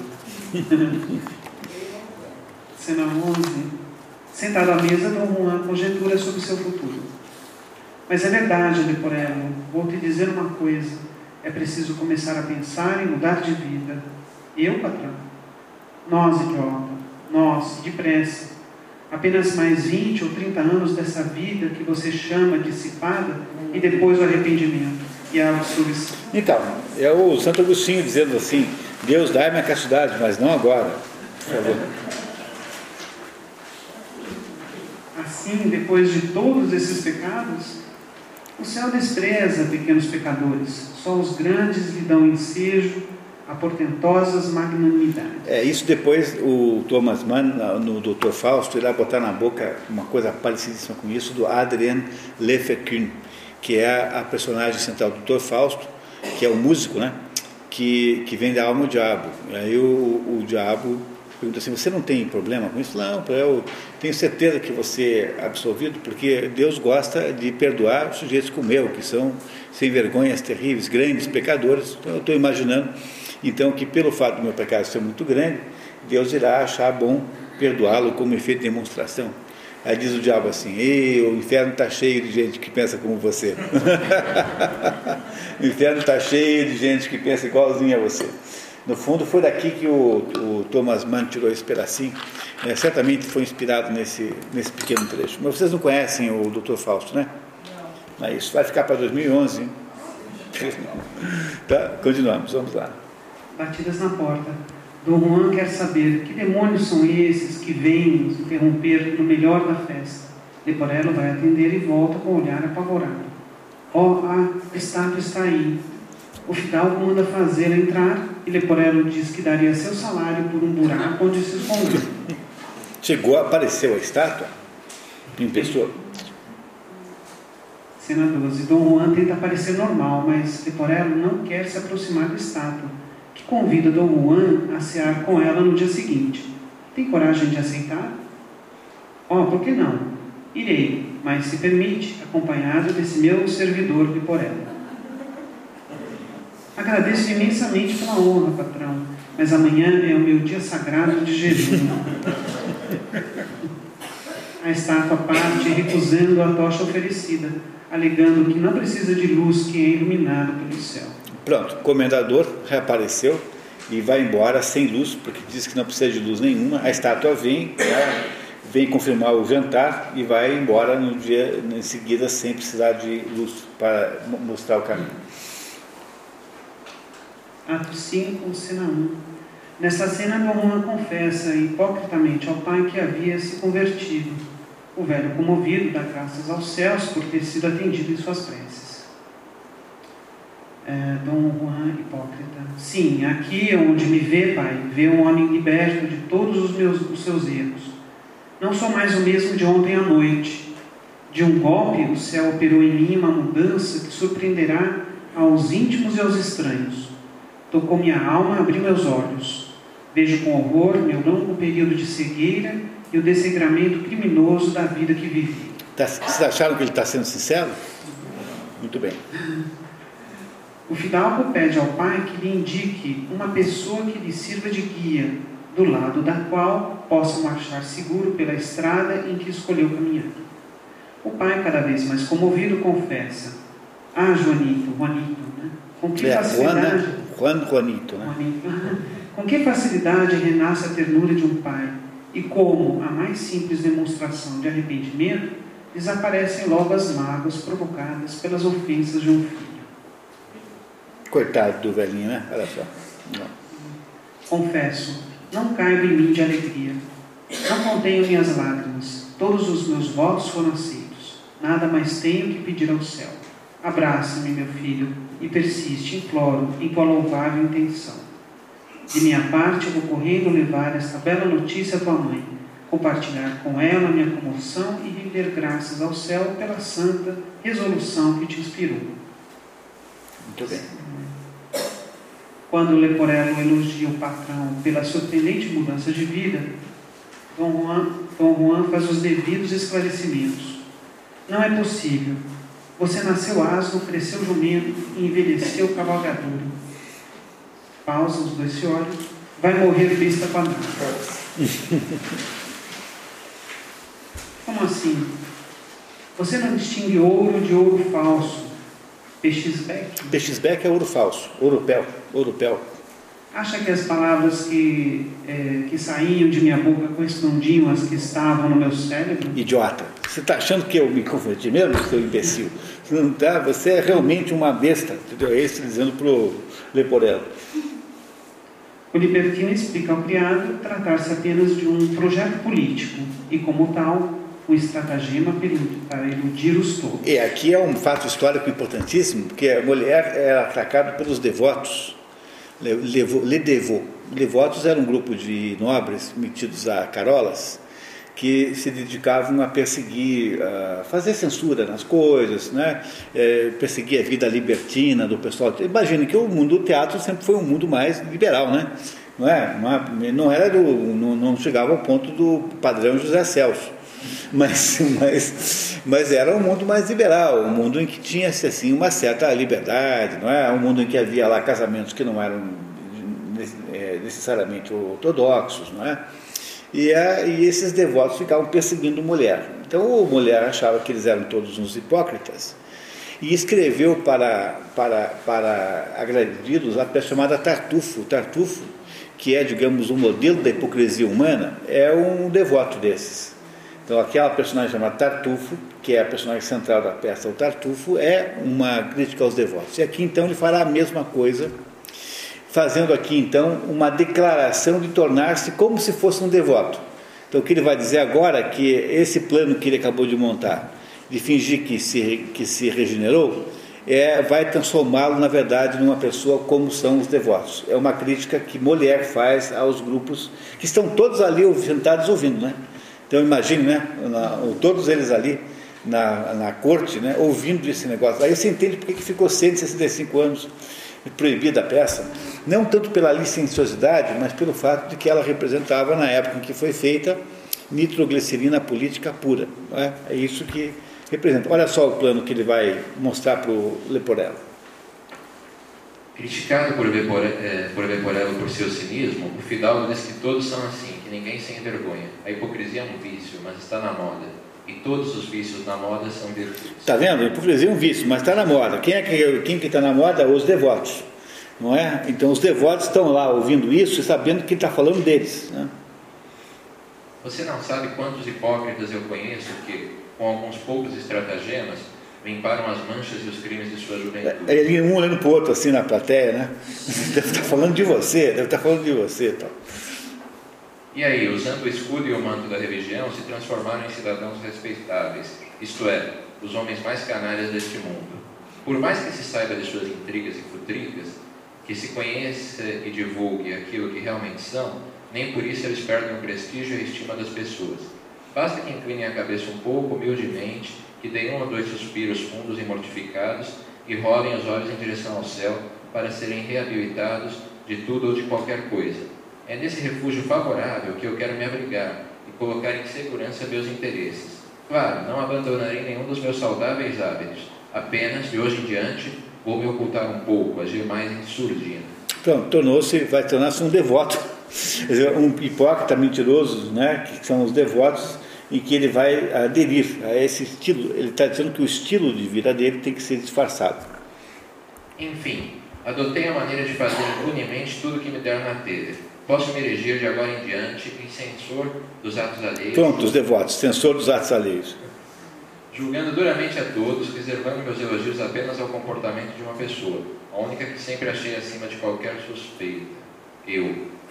Cena onze. Sentado à mesa, Dom Juan conjectura sobre o seu futuro. Mas é verdade, Leporello, vou te dizer uma coisa. É preciso começar a pensar em mudar de vida. Eu, patrão? Nós, idiota. Nós, depressa. Apenas mais vinte ou trinta anos dessa vida que você chama dissipada e depois o arrependimento e a absolvição. Então, é o Santo Agostinho dizendo assim: Deus dá-me a castidade, mas não agora. Por favor. Assim, depois de todos esses pecados, o céu despreza pequenos pecadores. Só os grandes lhe dão ensejo a portentosas magnanimidades. É, isso depois o Thomas Mann, no doutor Fausto, irá botar na boca uma coisa parecidíssima com isso, do Adrien Lefebvre, que é a personagem central do doutor Fausto, que é o músico, né? Que, que vem da alma ao diabo. E aí o, o diabo pergunta assim: você não tem problema com isso? Não, eu tenho certeza que você é absolvido, porque Deus gosta de perdoar os sujeitos como eu, que são sem vergonhas terríveis, grandes pecadores. Então eu estou imaginando então que pelo fato do meu pecado ser muito grande, Deus irá achar bom perdoá-lo como efeito de demonstração. Aí diz o diabo assim: ei, o inferno está cheio de gente que pensa como você. O inferno está cheio de gente que pensa igualzinho a você. No fundo, foi daqui que o, o Thomas Mann tirou esse pedacinho. É, certamente foi inspirado nesse, nesse pequeno trecho. Mas vocês não conhecem o doutor Fausto, né? Não. Isso vai ficar para dois mil e onze. Hein? Tá, continuamos, vamos lá. Batidas na porta. Dom Juan quer saber que demônios são esses que vêm nos interromper no melhor da festa. Leporello vai atender e volta com o olhar apavorado. Ó, oh, a estátua está aí. O fidalgo manda fazê-la entrar e Leporello diz que daria seu salário por um buraco onde se escondeu. Chegou, apareceu a estátua em pessoa. Cena doze. Dom Juan tenta parecer normal, mas Leporello não quer se aproximar da estátua, que convida Dom Juan a cear com ela no dia seguinte. Tem coragem de aceitar? Oh, por que não? Irei, mas se permite, acompanhado desse meu servidor Leporello. Agradeço imensamente pela honra, patrão, mas amanhã é o meu dia sagrado de jejum. A estátua parte, recusando a tocha oferecida, alegando que não precisa de luz que é iluminado pelo céu. Pronto, o comendador reapareceu e vai embora sem luz, porque diz que não precisa de luz nenhuma. A estátua vem, ela vem confirmar o jantar e vai embora no dia em seguida sem precisar de luz para mostrar o caminho. Ato cinco, cena um. Nessa cena, Dom Juan confessa hipocritamente ao pai que havia se convertido. O velho, comovido, dá graças aos céus por ter sido atendido em suas preces. É, Dom Juan, hipócrita. Sim, aqui onde me vê, pai, vê um homem liberto de todos os, meus, os seus erros. Não sou mais o mesmo de ontem à noite. De um golpe, o céu operou em mim uma mudança que surpreenderá aos íntimos e aos estranhos. Tocou minha alma, abri meus olhos. Vejo com horror meu longo período de cegueira e o desregramento criminoso da vida que vivi. Tá, vocês acharam que ele está sendo sincero? Muito bem. O fidalgo pede ao pai que lhe indique uma pessoa que lhe sirva de guia, do lado da qual possa marchar seguro pela estrada em que escolheu caminhar. O pai, cada vez mais comovido, confessa: ah, Juanito, Juanito, né? Com que é, facilidade... Juan, Juan Juanito, né? Juanito. Com que facilidade renasce a ternura de um pai, e como a mais simples demonstração de arrependimento, desaparecem logo as mágoas provocadas pelas ofensas de um filho. Coitado do velhinho, né? Olha só. Não. Confesso, não caibo em mim de alegria. Não contenho minhas lágrimas. Todos os meus votos foram aceitos. Nada mais tenho que pedir ao céu. Abraça-me, meu filho, e persiste, imploro, em tua louvável intenção. De minha parte, eu vou correndo levar esta bela notícia à tua mãe, compartilhar com ela a minha comoção e render graças ao céu pela santa resolução que te inspirou. Muito bem. Quando Leporello elogia o patrão pela surpreendente mudança de vida, Dom Juan, Dom Juan faz os devidos esclarecimentos. Não é possível. Você nasceu asno, cresceu jumento e envelheceu cavalgadura. Pausa, os dois se olham. Vai morrer besta com a nada. Como assim? Você não distingue ouro de ouro falso. Pechisbeck? Pechisbeck é ouro falso, ouropel, ouropel. Acha que as palavras que, é, que saíam de minha boca correspondiam às que estavam no meu cérebro? Idiota. Você está achando que eu me confundi mesmo, seu imbecil? Você não tá? Você é realmente uma besta. Entendeu? É isso dizendo para o Leporello. O libertino explica ao criado tratar-se apenas de um projeto político e, como tal, um estratagema para iludir os tolos. E aqui é um fato histórico importantíssimo, porque a mulher é atacada pelos devotos. Le Devaux. Devotos era um grupo de nobres metidos a carolas que se dedicavam a perseguir, a fazer censura nas coisas, né? É, perseguir a vida libertina do pessoal. Imagine que o mundo do teatro sempre foi um mundo mais liberal, né? Não é? Não era do, não, não chegava ao ponto do padrão José Celso, mas, mas, mas era um mundo mais liberal, um mundo em que tinha-se assim uma certa liberdade, não é? Um mundo em que havia lá casamentos que não eram necessariamente ortodoxos, não é? E, a, e esses devotos ficavam perseguindo mulher. Então a mulher achava que eles eram todos uns hipócritas e escreveu para, para, para agredi-los a peça chamada Tartufo. Tartufo, que é, digamos, um modelo da hipocrisia humana, é um devoto desses. Então aquela personagem chamada Tartufo, que é a personagem central da peça, o Tartufo, é uma crítica aos devotos. E aqui então ele fará a mesma coisa, fazendo aqui então uma declaração de tornar-se como se fosse um devoto. Então o que ele vai dizer agora é que esse plano que ele acabou de montar, de fingir que se, que se regenerou, é, vai transformá-lo na verdade numa pessoa como são os devotos. É uma crítica que Molière faz aos grupos que estão todos ali sentados ouvindo, né? Então imagine, né, na, todos eles ali na, na corte, né, ouvindo esse negócio. Aí você entende porque que ficou cento e sessenta e cinco anos proibida a peça, não tanto pela licenciosidade, mas pelo fato de que ela representava, na época em que foi feita, nitroglicerina política pura. Não é? É isso que representa. Olha só o plano que ele vai mostrar para o Leporello. Criticado por Leporello, por Leporello por seu cinismo, o Fidalgo diz que todos são assim, que ninguém se envergonha. A hipocrisia é um vício, mas está na moda. E todos os vícios na moda são virtudes. Está vendo? A hipocrisia é um vício, mas está na moda. Quem é que quem que está na moda? Os devotos. Não é? Então os devotos estão lá ouvindo isso e sabendo que está falando deles. Né? Você não sabe quantos hipócritas eu conheço que, com alguns poucos estratagemas, limparam as manchas e os crimes de sua juventude. Ele um olhando para o outro assim na plateia, né? Deve estar falando de você, deve estar falando de você. Tal. E aí, usando o escudo e o manto da religião, se transformaram em cidadãos respeitáveis, isto é, os homens mais canalhas deste mundo. Por mais que se saiba de suas intrigas e futricas, que se conheça e divulgue aquilo que realmente são, nem por isso eles perdem o prestígio e a estima das pessoas. Basta que inclinem a cabeça um pouco, humildemente, que deem um ou dois suspiros fundos e mortificados e rolem os olhos em direção ao céu para serem reabilitados de tudo ou de qualquer coisa. É nesse refúgio favorável que eu quero me abrigar e colocar em segurança meus interesses. Claro, não abandonarei nenhum dos meus saudáveis hábitos. Apenas, de hoje em diante, vou me ocultar um pouco, agir mais em surdina. Então, tornou-se, vai tornar-se um devoto. Um hipócrita mentiroso, né, que são os devotos, em que ele vai aderir a esse estilo. Ele está dizendo que o estilo de vida dele tem que ser disfarçado. Enfim, adotei a maneira de fazer impunemente tudo o que me der na telha. Posso me erigir de agora em diante em censor dos atos alheios. Pronto, os devotos, censor dos atos alheios. Julgando duramente a todos, reservando meus elogios apenas ao comportamento de uma pessoa, a única que sempre achei acima de qualquer suspeita. Eu.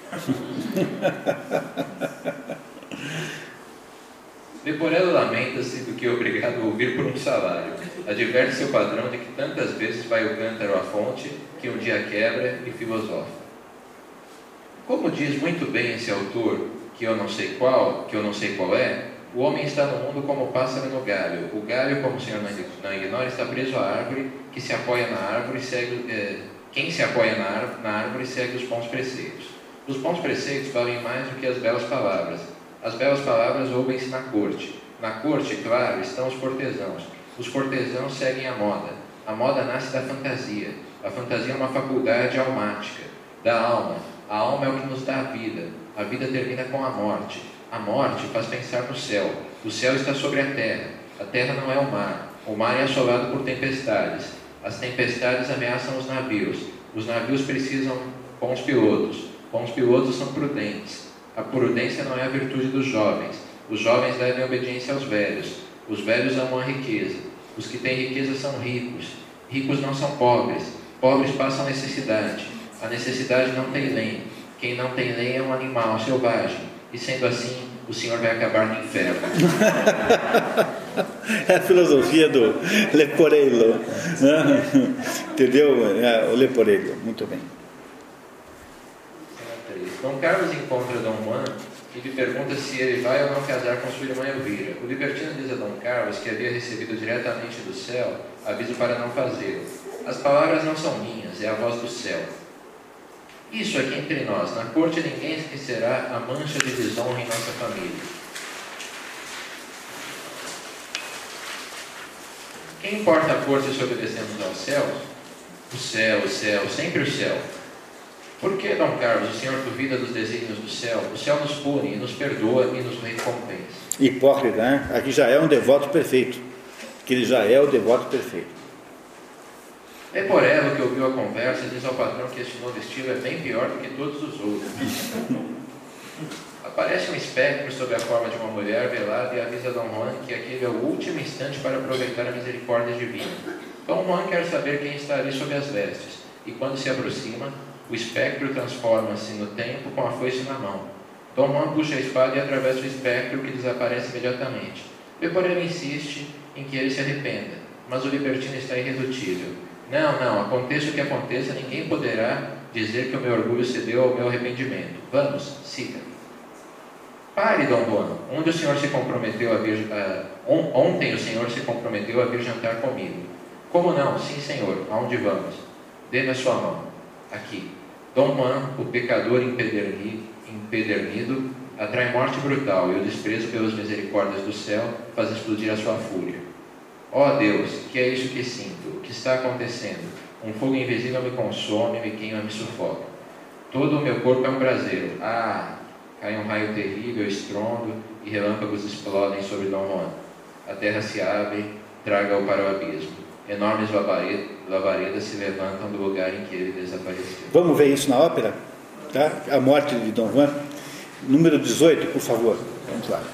Leporello lamenta-se do que é obrigado a ouvir por um salário. Adverte seu padrão de que tantas vezes vai o cântaro à fonte, que um dia quebra e filosofa. Como diz muito bem esse autor, que eu não sei qual, que eu não sei qual é, o homem está no mundo como o pássaro no galho. O galho, como o senhor não ignora, está preso à árvore, que se apoia na árvore segue, é, quem se apoia na árvore, na árvore segue os bons preceitos. Os bons preceitos valem mais do que as belas palavras. As belas palavras ouvem-se na corte. Na corte, claro, estão os cortesãos. Os cortesãos seguem a moda. A moda nasce da fantasia. A fantasia é uma faculdade almática, da alma. A alma é o que nos dá a vida. A vida termina com a morte. A morte faz pensar no céu. O céu está sobre a terra. A terra não é o mar. O mar é assolado por tempestades. As tempestades ameaçam os navios. Os navios precisam bons pilotos. Bons pilotos são prudentes. A prudência não é a virtude dos jovens. Os jovens devem obediência aos velhos. Os velhos amam a riqueza. Os que têm riqueza são ricos. Ricos não são pobres. Pobres passam necessidade. A necessidade não tem lei. Quem não tem lei é um animal selvagem. E sendo assim, o Senhor vai acabar no inferno. É a filosofia do Leporello. Entendeu? É, o Leporello. Muito bem. Dom Carlos encontra Dom Juan e lhe pergunta se ele vai ou não casar com sua irmã Elvira. O libertino diz a Dom Carlos que havia recebido diretamente do céu aviso para não fazê-lo. As palavras não são minhas, é a voz do céu. Isso aqui entre nós, na corte ninguém esquecerá a mancha de desonra em nossa família. Quem importa a corte se obedecemos ao céu? O céu, o céu, sempre o céu. Por que, Dom Carlos, o Senhor duvida dos desígnios do céu? O céu nos pune, nos perdoa e nos recompensa. Hipócrita, né? Aqui já é um devoto perfeito. Que ele já é o devoto perfeito. Leporello, que ouviu a conversa, diz ao patrão que este novo estilo é bem pior do que todos os outros. Aparece um espectro sob a forma de uma mulher velada e avisa a Dom Juan que aquele é o último instante para aproveitar a misericórdia divina. Dom Juan quer saber quem está ali sob as vestes, e quando se aproxima, o espectro transforma-se no tempo com a foice na mão. Dom Juan puxa a espada e atravessa o espectro, que desaparece imediatamente. Leporello insiste em que ele se arrependa, mas o libertino está irredutível. Não, não, aconteça o que aconteça, ninguém poderá dizer que o meu orgulho cedeu ao meu arrependimento. Vamos, siga. Pare, Dom Juan, onde o senhor se comprometeu a vir... Uh, on, ontem o senhor se comprometeu a vir jantar comigo. Como não? Sim, senhor. Aonde vamos? Dê-me a sua mão. Aqui. Dom Juan, o pecador empedernido, empedernido, atrai morte brutal e o desprezo pelas misericórdias do céu faz explodir a sua fúria. Ó oh Deus, que é isso que sinto? O que está acontecendo? Um fogo invisível me consome, me queima, me sufoca. Todo o meu corpo é um braseiro. Ah! Cai um raio terrível, estrondo, e relâmpagos explodem sobre Dom Juan. A terra se abre, traga-o para o abismo. Enormes labaredas, labaredas se levantam do lugar em que ele desapareceu. Vamos ver isso na ópera? Tá? A morte de Dom Juan. Número dezoito, por favor. Vamos lá.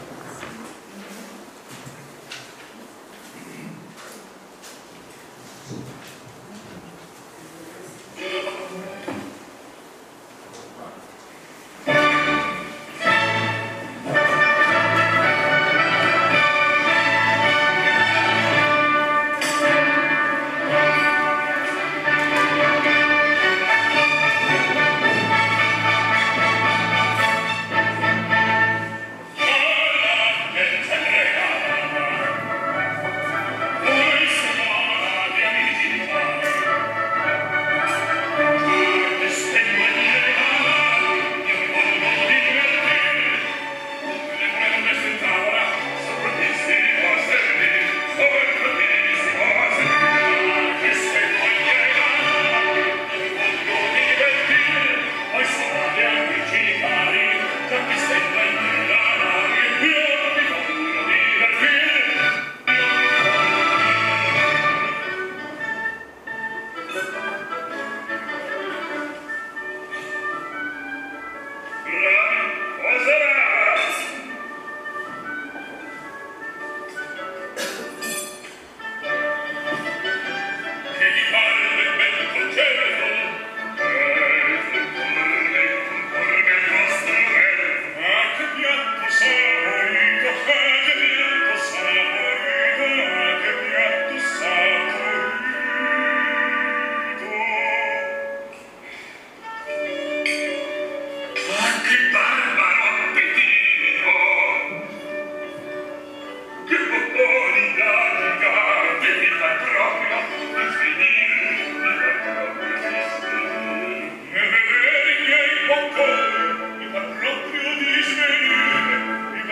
Proprio di svenire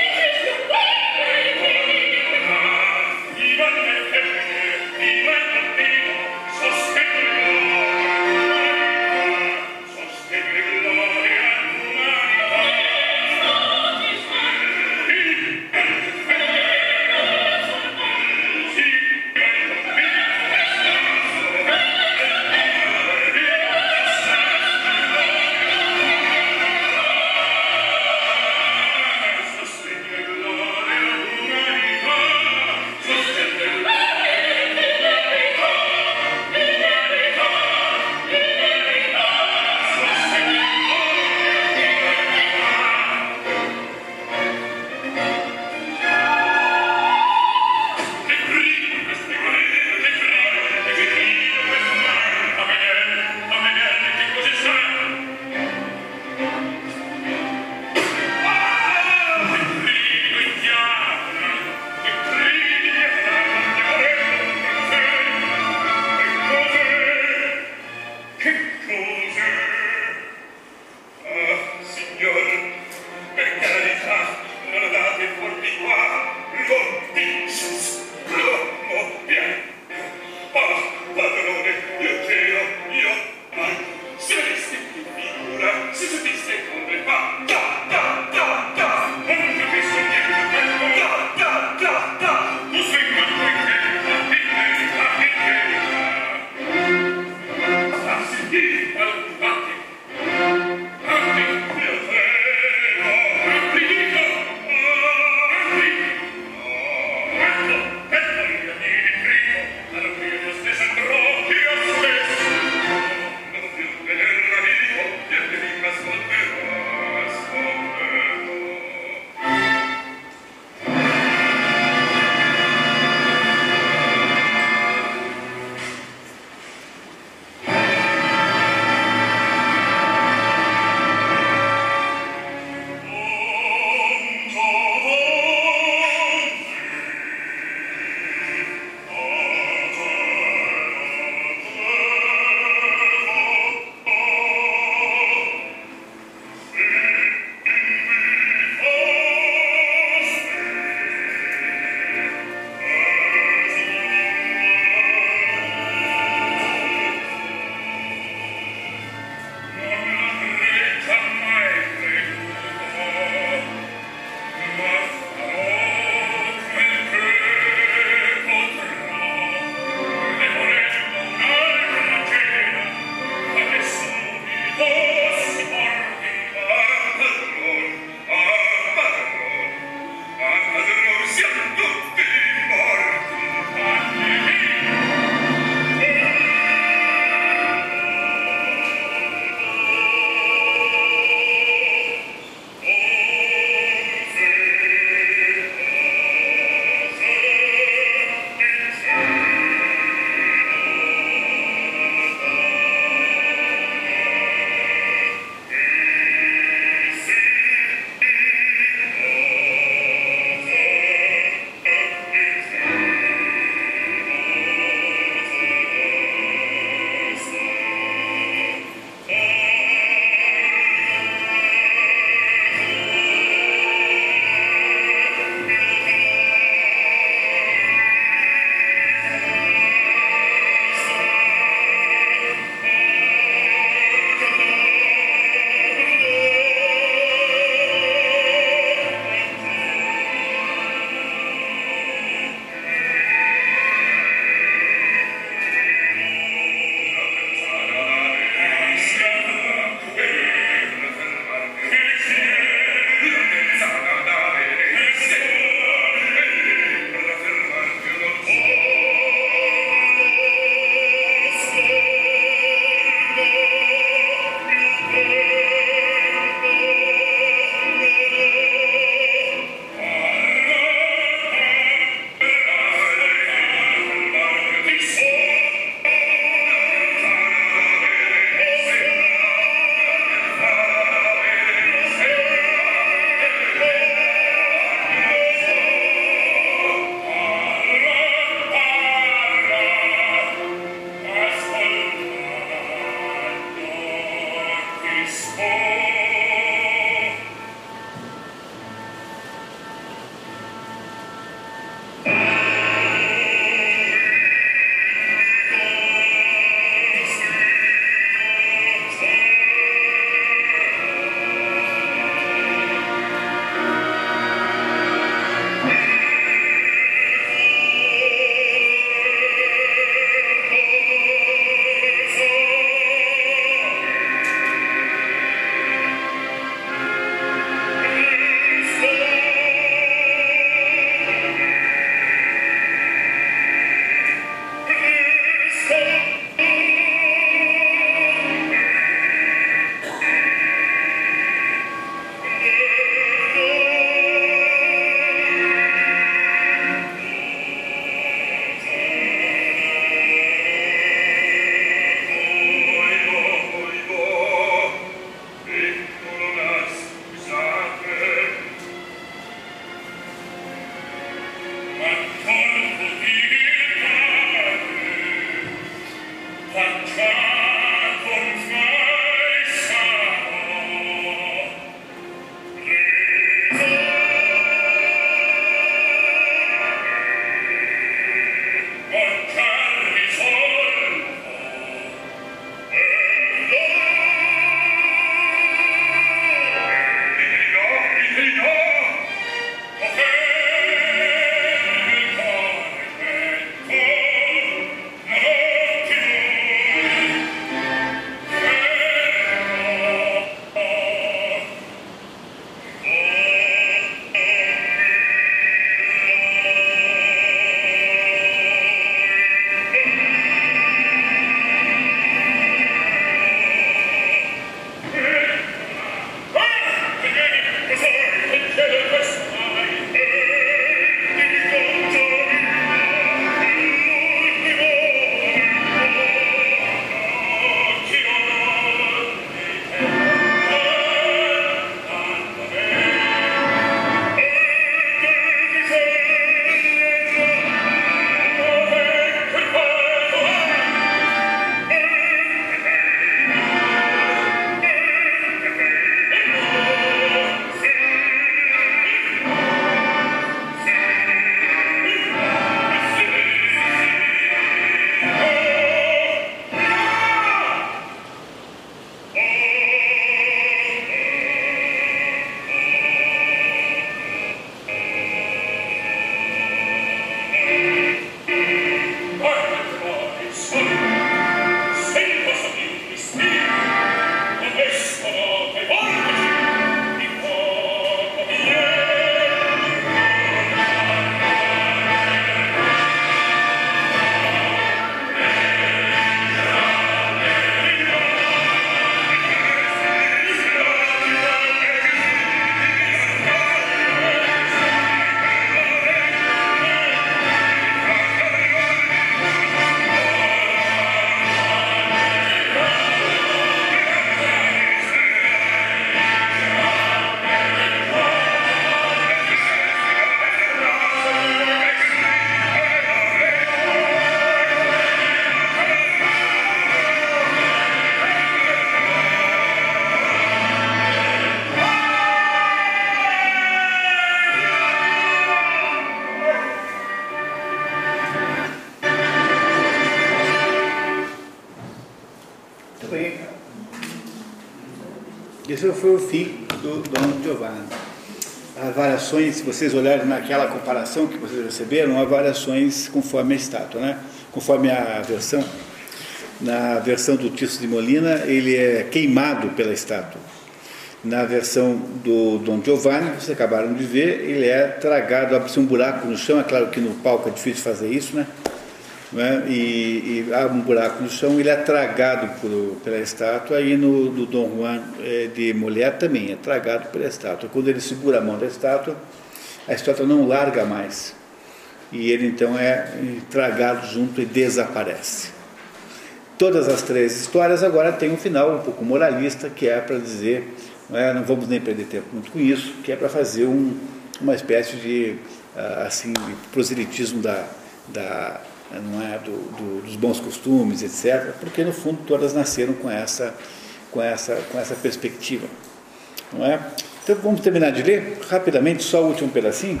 Esse foi o fim do Dom Giovanni. As variações, se vocês olharem naquela comparação que vocês receberam, há variações conforme a estátua, né? Conforme a versão. Na versão do Tirso de Molina, ele é queimado pela estátua. Na versão do Dom Giovanni, vocês acabaram de ver, ele é tragado, abre-se um buraco no chão. É claro que no palco é difícil fazer isso, né? Né? E, e há um buraco no chão, ele é tragado por, pela estátua, e no do Dom Juan é, de Mulher também é tragado pela estátua. Quando ele segura a mão da estátua, a estátua não larga mais, e ele então é tragado junto e desaparece. Todas as três histórias agora têm um final um pouco moralista, que é para dizer, não, é, não vamos nem perder tempo muito com isso, que é para fazer um, uma espécie de assim, proselitismo da, da não é, do, do, dos bons costumes, etcétera, porque no fundo todas nasceram com essa, com essa, com essa perspectiva, não é? Então vamos terminar de ler rapidamente só o último pedacinho.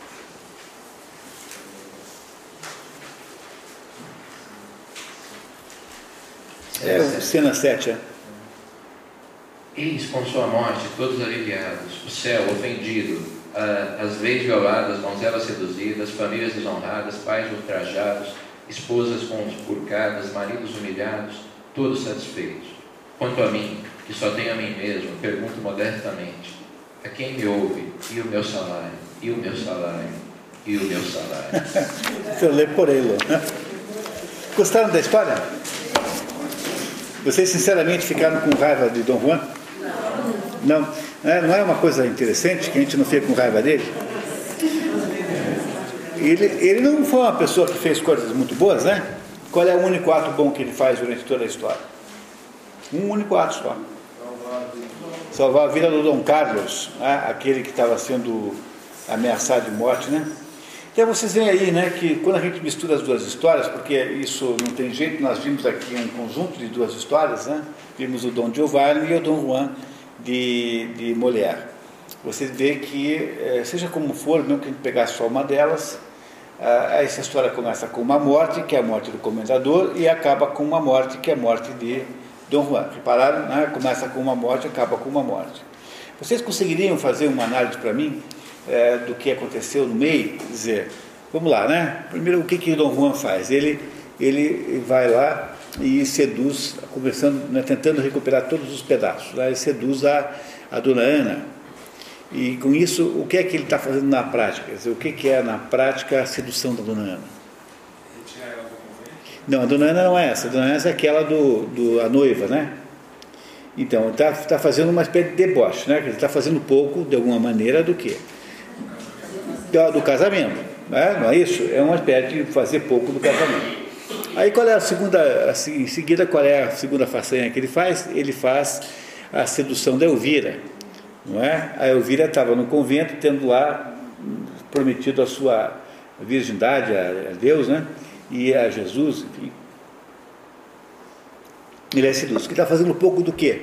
É, cena sete. É. Eis com sua morte todos aliviados, o céu ofendido, as leis violadas, donzelas seduzidas, famílias desonradas, pais ultrajados, esposas conspurcadas, maridos humilhados, todos satisfeitos. Quanto a mim, que só tenho a mim mesmo, pergunto modestamente: a quem me ouve? E o meu salário? E o meu salário? E o meu salário? Eu leio por ele. Gostaram da história? Vocês sinceramente ficaram com raiva de Dom Juan? Não. Não. Não é uma coisa interessante que a gente não fica com raiva dele? Ele, ele não foi uma pessoa que fez coisas muito boas, né? Qual é o único ato bom que ele faz durante toda a história? Um único ato só. Salvar a vida do Dom Carlos, né? Aquele que estava sendo ameaçado de morte, né? Então vocês veem aí, né, que quando a gente mistura as duas histórias, porque isso não tem jeito, nós vimos aqui um conjunto de duas histórias, né? Vimos o Dom Giovanni e o Dom Juan de, de Molière. Você vê que, seja como for, mesmo que a gente pegasse só uma delas, essa história começa com uma morte, que é a morte do comendador, e acaba com uma morte, que é a morte de Dom Juan. Repararam? Né? Começa com uma morte e acaba com uma morte. Vocês conseguiriam fazer uma análise para mim é, do que aconteceu no meio? Quer dizer, vamos lá, né? Primeiro, o que que Dom Juan faz? Ele, ele vai lá e seduz, conversando, né, tentando recuperar todos os pedaços. Né? Ele seduz a, a dona Ana. E com isso, o que é que ele está fazendo na prática? Quer dizer, o que, que é na prática a sedução da dona Ana? Retirar ela do convento? Não, a dona Ana não é essa. A dona Ana é aquela do, do a noiva, né? Então, ele está tá fazendo uma espécie de deboche, né? Ele está fazendo pouco, de alguma maneira, do que? Do, do casamento. Né? Não é isso? É uma espécie de fazer pouco do casamento. Aí qual é a segunda, assim, em seguida, qual é a segunda façanha que ele faz? Ele faz a sedução da Elvira, não é? A Elvira estava no convento, tendo lá prometido a sua virgindade a Deus, né? E a Jesus, enfim. Ele é seduz. Que está fazendo um pouco do quê?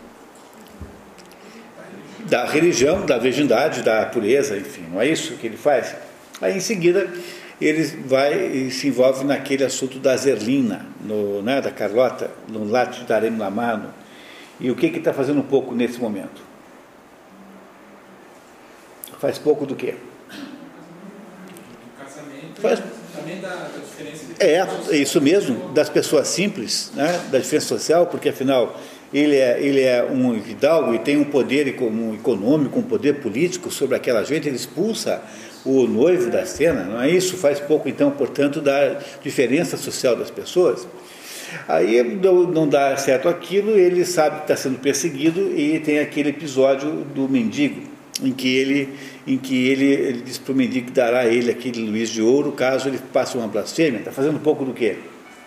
Da religião, da virgindade, da pureza, enfim. Não é isso que ele faz? Aí em seguida ele vai e se envolve naquele assunto da Zerlina, no, né, da Carlota, no Latte darem la mano. E o que que está fazendo um pouco nesse momento? Faz pouco do quê? O casamento Faz... também da, da diferença de É, é isso mesmo, das pessoas simples, né, da diferença social, porque afinal ele é, ele é um hidalgo e tem um poder econômico, um poder político sobre aquela gente, ele expulsa o noivo da cena, não é isso? Faz pouco então, portanto, da diferença social das pessoas. Aí não dá certo aquilo, ele sabe que está sendo perseguido e tem aquele episódio do mendigo, em que ele, em que ele, ele diz para o mendigo que dará a ele aquele Luiz de ouro, caso ele passe uma blasfêmia. Está fazendo um pouco do quê?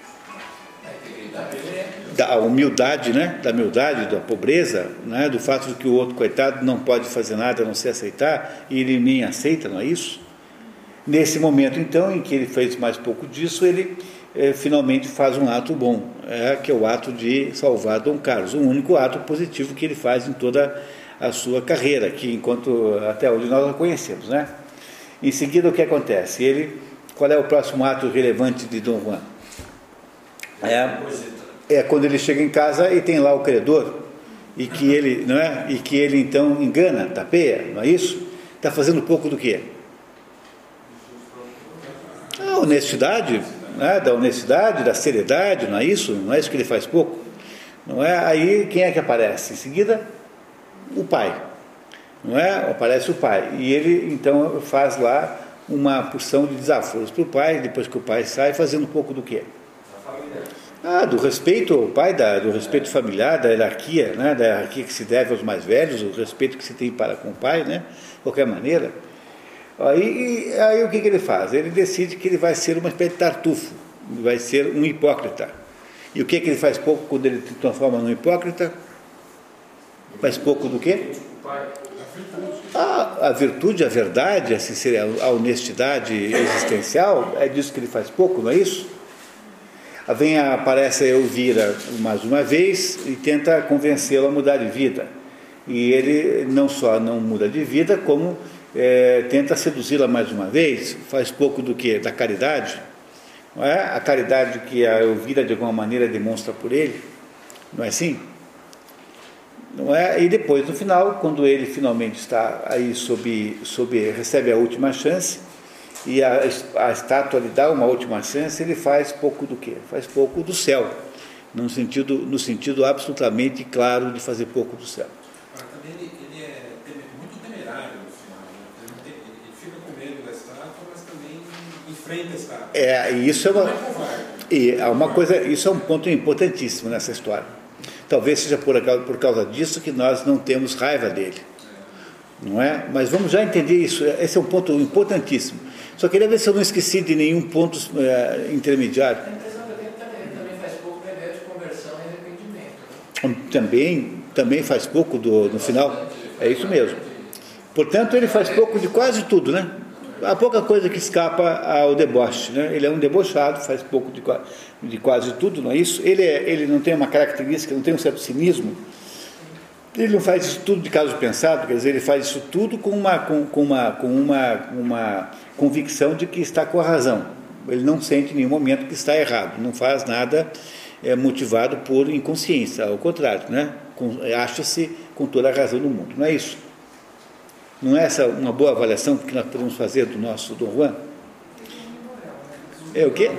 Da humildade, né? Da humildade, da pobreza, né? Do fato de que o outro, coitado, não pode fazer nada a não se aceitar, e ele nem aceita, não é isso? Nesse momento, então, em que ele fez mais pouco disso, ele é, finalmente faz um ato bom, é, que é o ato de salvar Dom Carlos, o único ato positivo que ele faz em toda a sua carreira, que enquanto até hoje nós a conhecemos, né? Em seguida, o que acontece? Ele, qual é o próximo ato relevante de Dom Juan? É, é quando ele chega em casa e tem lá o credor, e que ele, não é? E que ele então engana, tapeia, não é isso? Está fazendo pouco do quê? A honestidade, né? Da honestidade, da seriedade, não é isso? Não é isso que ele faz pouco? Não é? Aí quem é que aparece? Em seguida, o pai, não é? Aparece o pai, e ele então faz lá uma porção de desaforos para o pai, depois que o pai sai, fazendo um pouco do quê? Ah, do respeito ao pai, da, do respeito familiar, da hierarquia, né? Da hierarquia que se deve aos mais velhos, o respeito que se tem para com o pai, né? De qualquer maneira. Aí, aí o que, que ele faz? Ele decide que ele vai ser uma espécie de tartufo, vai ser um hipócrita. E o que, que ele faz pouco quando ele se transforma num hipócrita? Faz pouco do quê? A, a virtude, a verdade, a sinceridade, a honestidade existencial, é disso que ele faz pouco, não é isso? Vem, aparece a Elvira mais uma vez e tenta convencê-lo a mudar de vida. E ele não só não muda de vida, como é, tenta seduzi-la mais uma vez, faz pouco do que? Da caridade. Não é? A caridade que a Elvira de alguma maneira demonstra por ele, não é assim? Não é? E depois, no final, quando ele finalmente está aí sob, sob recebe a última chance, e a, a estátua lhe dá uma última chance, ele faz pouco do quê? Faz pouco do céu, no sentido, no sentido absolutamente claro de fazer pouco do céu. Ah, também ele, ele é muito temerário no final, né? ele, ele fica com medo da estátua, mas também enfrenta a estátua. É, e isso é uma, não é covarde. E é uma coisa, isso é um ponto importantíssimo nessa história. Talvez seja por, por causa disso que nós não temos raiva dele, não é? Mas vamos já entender isso, esse é um ponto importantíssimo. Só queria ver se eu não esqueci de nenhum ponto é, intermediário. A impressão que eu tenho também, também faz pouco primeiro de conversão e arrependimento. Né? Também, também faz pouco do, no final. É isso mesmo. Portanto, ele faz pouco de quase tudo, né? Há pouca coisa que escapa ao deboche, né? Ele é um debochado, faz pouco de, de quase tudo, não é isso? Ele, é, ele não tem uma característica, não tem um certo cinismo. Ele não faz isso tudo de caso pensado, quer dizer, ele faz isso tudo com uma, com, com uma, com uma, uma convicção de que está com a razão. Ele não sente em nenhum momento que está errado, não faz nada é, motivado por inconsciência, ao contrário, né? Acha-se com toda a razão do mundo, não é isso? Não é essa uma boa avaliação que nós podemos fazer do nosso Dom Juan? É o quê?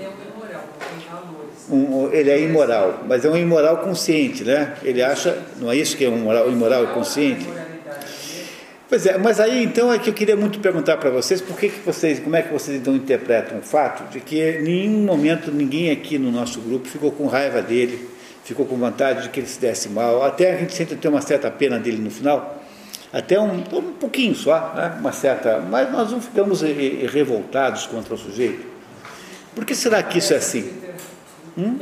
Um, ele é imoral, mas é um imoral consciente, né? Ele acha, não é isso que é um moral, imoral e consciente? Pois é, mas aí então é que eu queria muito perguntar para vocês, por que que vocês, como é que vocês então interpretam o fato de que em nenhum momento ninguém aqui no nosso grupo ficou com raiva dele, ficou com vontade de que ele se desse mal, até a gente sempre tem uma certa pena dele no final, até um, um pouquinho só, né? Uma certa, mas nós não ficamos revoltados contra o sujeito. Por que será que isso é assim? Hum?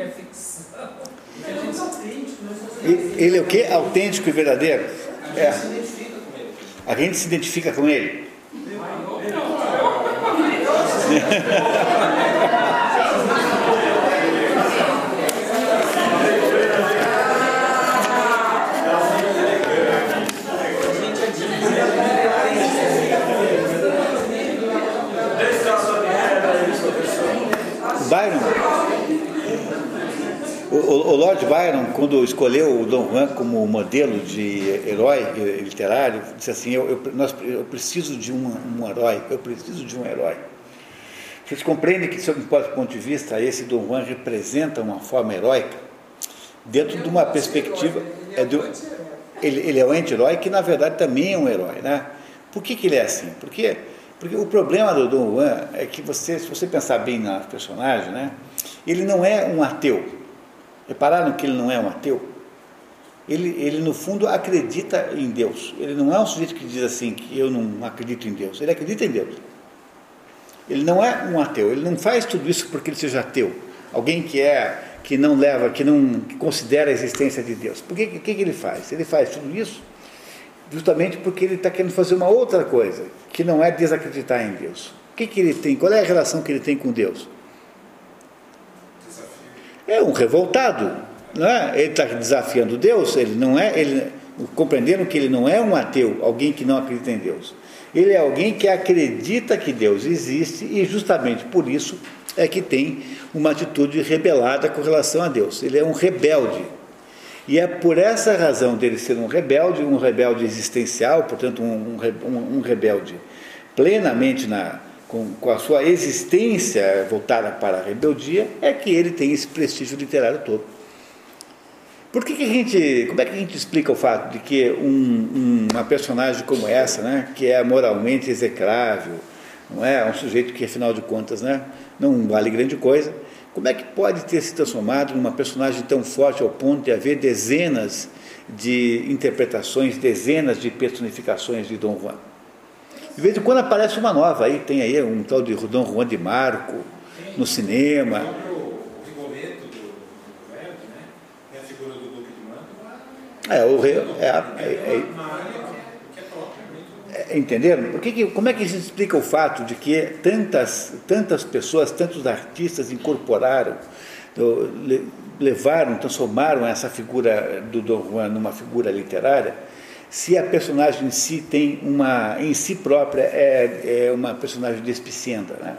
Ele é o quê? Autêntico e verdadeiro? É. A gente se identifica com ele. Byron, o, o Lord Byron, quando escolheu o Dom Juan como modelo de herói literário, disse assim, eu, eu, nós, eu preciso de um, um herói, eu preciso de um herói. Vocês compreendem que, sob um ponto de vista, esse Dom Juan representa uma forma heróica, dentro de uma perspectiva... É do, ele, ele é um anti-herói que, na verdade, também é um herói, né? Por que que ele é assim? Porque... Porque o problema do Dom Juan é que, você, se você pensar bem na personagem, né, ele não é um ateu. Repararam que ele não é um ateu? Ele, ele, no fundo, acredita em Deus. Ele não é um sujeito que diz assim, que eu não acredito em Deus. Ele acredita em Deus. Ele não é um ateu. Ele não faz tudo isso porque ele seja ateu. Alguém que, é, que não leva, que não que considera a existência de Deus. Por que, que, que ele faz? Ele faz tudo isso justamente porque ele está querendo fazer uma outra coisa, que não é desacreditar em Deus. O que que ele tem? Qual é a relação que ele tem com Deus? É um revoltado, não é? Ele está desafiando Deus, ele não é, ele, compreendendo que ele não é um ateu, alguém que não acredita em Deus. Ele é alguém que acredita que Deus existe e justamente por isso é que tem uma atitude rebelada com relação a Deus. Ele é um rebelde. E é por essa razão dele ser um rebelde, um rebelde existencial, portanto um, um, um rebelde plenamente na, com, com a sua existência voltada para a rebeldia, é que ele tem esse prestígio literário todo. Por que que a gente, como é que a gente explica o fato de que um, um, uma personagem como essa, né, que é moralmente execrável, não é, um sujeito que afinal de contas, né, não vale grande coisa, como é que pode ter se transformado numa personagem tão forte ao ponto de haver dezenas de interpretações, dezenas de personificações de Dom Juan? De vez em quando aparece uma nova, aí tem aí um tal de Dom Juan de Marco no cinema. É, o rei, é, é, é, é, entenderam? Por que que, como é que se explica o fato de que tantas, tantas pessoas, tantos artistas incorporaram, levaram, transformaram essa figura do Dom Juan numa figura literária, se a personagem em si tem uma, em si própria, é, é uma personagem despicienta, né?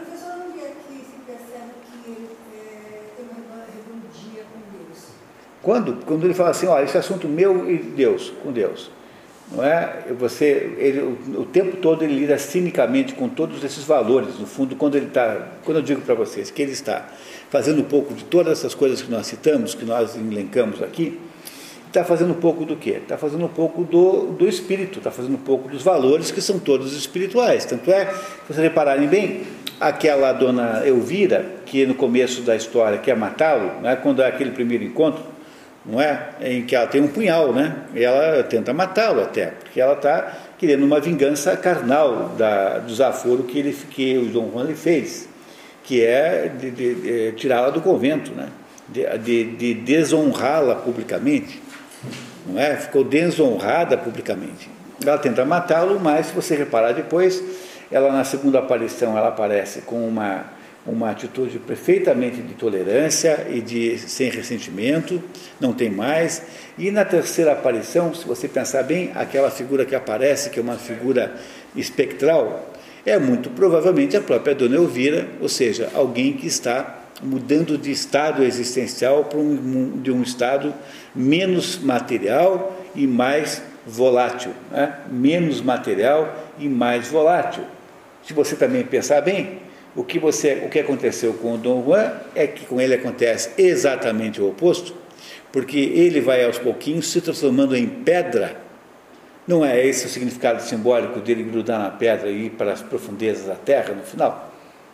Quando, quando ele fala assim, olha, esse assunto meu e Deus, com Deus, não é? Você, ele, o, o tempo todo ele lida cinicamente com todos esses valores. No fundo, quando ele está, quando eu digo para vocês que ele está fazendo um pouco de todas essas coisas que nós citamos, que nós elencamos aqui, está fazendo um pouco do quê? Está fazendo um pouco do, do espírito, está fazendo um pouco dos valores que são todos espirituais. Tanto é, se vocês repararem bem, aquela dona Elvira, que no começo da história quer matá-lo, né, quando é aquele primeiro encontro, não é? Em que ela tem um punhal, né? E ela tenta matá-lo até, porque ela está querendo uma vingança carnal da, do desaforo que, ele, que o Dom Juan lhe fez, que é de, de, de tirá-la do convento, né? De, de, de desonrá-la publicamente, não é? Ficou desonrada publicamente. Ela tenta matá-lo, mas se você reparar depois, ela na segunda aparição ela aparece com uma uma atitude perfeitamente de tolerância e de sem ressentimento, não tem mais. E na terceira aparição, se você pensar bem, aquela figura que aparece, que é uma figura espectral, é muito provavelmente a própria Dona Elvira, ou seja, alguém que está mudando de estado existencial para um, de um estado menos material e mais volátil, né? Menos material e mais volátil. Se você também pensar bem, O que, você, o que aconteceu com o Dom Juan é que com ele acontece exatamente o oposto, porque ele vai aos pouquinhos se transformando em pedra. Não é esse o significado simbólico dele grudar na pedra e ir para as profundezas da terra no final?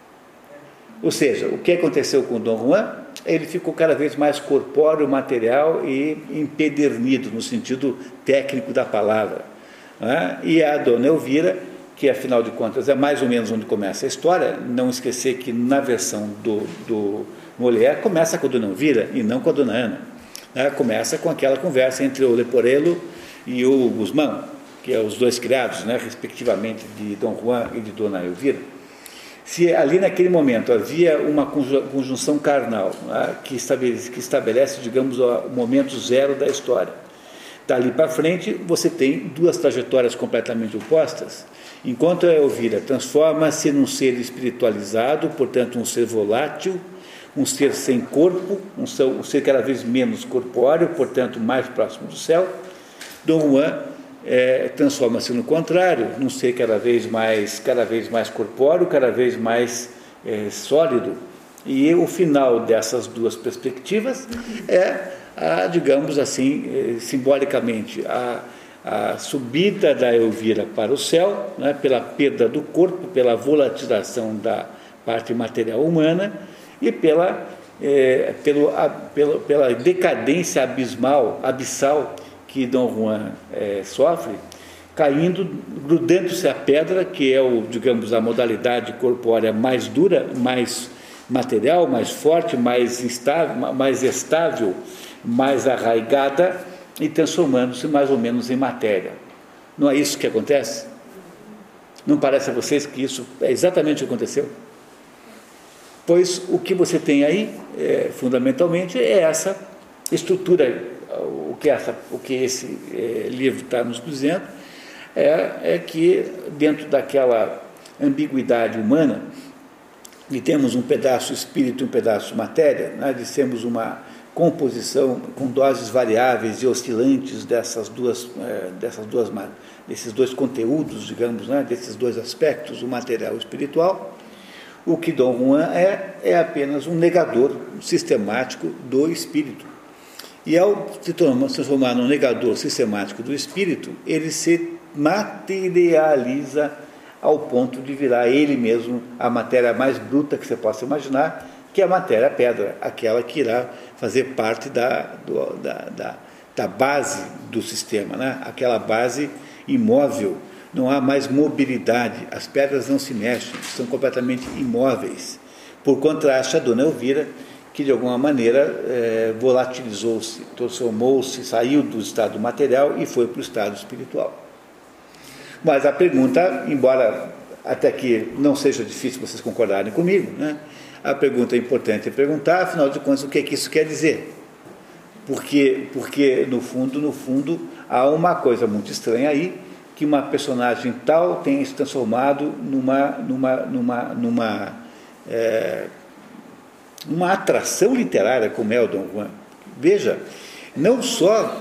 Ou seja, o que aconteceu com o Dom Juan? Ele ficou cada vez mais corpóreo, material e empedernido, no sentido técnico da palavra. Né? E a Dona Elvira, que afinal de contas é mais ou menos onde começa a história, não esquecer que na versão do, do Molière começa com a Dona Elvira e não com a Dona Ana, né? Começa com aquela conversa entre o Leporello e o Guzmão, que é os dois criados, né, respectivamente de Dom Juan e de Dona Elvira. Se ali naquele momento havia uma conjunção carnal, né, que, estabelece, que estabelece, digamos, o momento zero da história, dali para frente você tem duas trajetórias completamente opostas. Enquanto a Elvira transforma-se num ser espiritualizado, portanto um ser volátil, um ser sem corpo, um ser, um ser cada vez menos corpóreo, portanto mais próximo do céu, Dom Juan é, transforma-se no contrário, num ser cada vez mais, cada vez mais corpóreo, cada vez mais é, sólido. E o final dessas duas perspectivas é, a, digamos assim, é, simbolicamente, a a subida da Elvira para o céu, né, pela perda do corpo, pela volatilização da parte material humana e pela, é, pelo, a, pela, pela decadência abismal, abissal que Dom Juan é, sofre, caindo, grudando-se à pedra, que é, o, digamos, a modalidade corpórea mais dura, mais material, mais forte, mais estável, mais, estável, mais arraigada, e transformando-se mais ou menos em matéria. Não é isso que acontece? Não parece a vocês que isso é exatamente o que aconteceu? Pois o que você tem aí, é, fundamentalmente, é essa estrutura, o que, essa, o que esse é, livro está nos dizendo, é, é que dentro daquela ambiguidade humana, e temos um pedaço espírito e um pedaço matéria, né, de sermos uma composição com doses variáveis e oscilantes dessas duas, é, dessas duas, desses dois conteúdos, digamos, né, desses dois aspectos, o material e o espiritual. O que Dom Juan é, é apenas um negador sistemático do espírito. E ao se transformar num negador sistemático do espírito, ele se materializa ao ponto de virar ele mesmo a matéria mais bruta que você possa imaginar, que é a matéria pedra, aquela que irá fazer parte da, do, da, da, da base do sistema, né? Aquela base imóvel. Não há mais mobilidade, as pedras não se mexem, são completamente imóveis. Por contraste, a Dona Elvira, que de alguma maneira é, volatilizou-se, transformou-se, saiu do estado material e foi para o estado espiritual. Mas a pergunta, embora até que não seja difícil vocês concordarem comigo, né, a pergunta é importante perguntar, afinal de contas, o que é que isso quer dizer? Porque, porque no fundo, no fundo, há uma coisa muito estranha aí, que uma personagem tal tenha se transformado numa, numa, numa, numa, é, numa atração literária como é o Dom Juan. Veja, não só...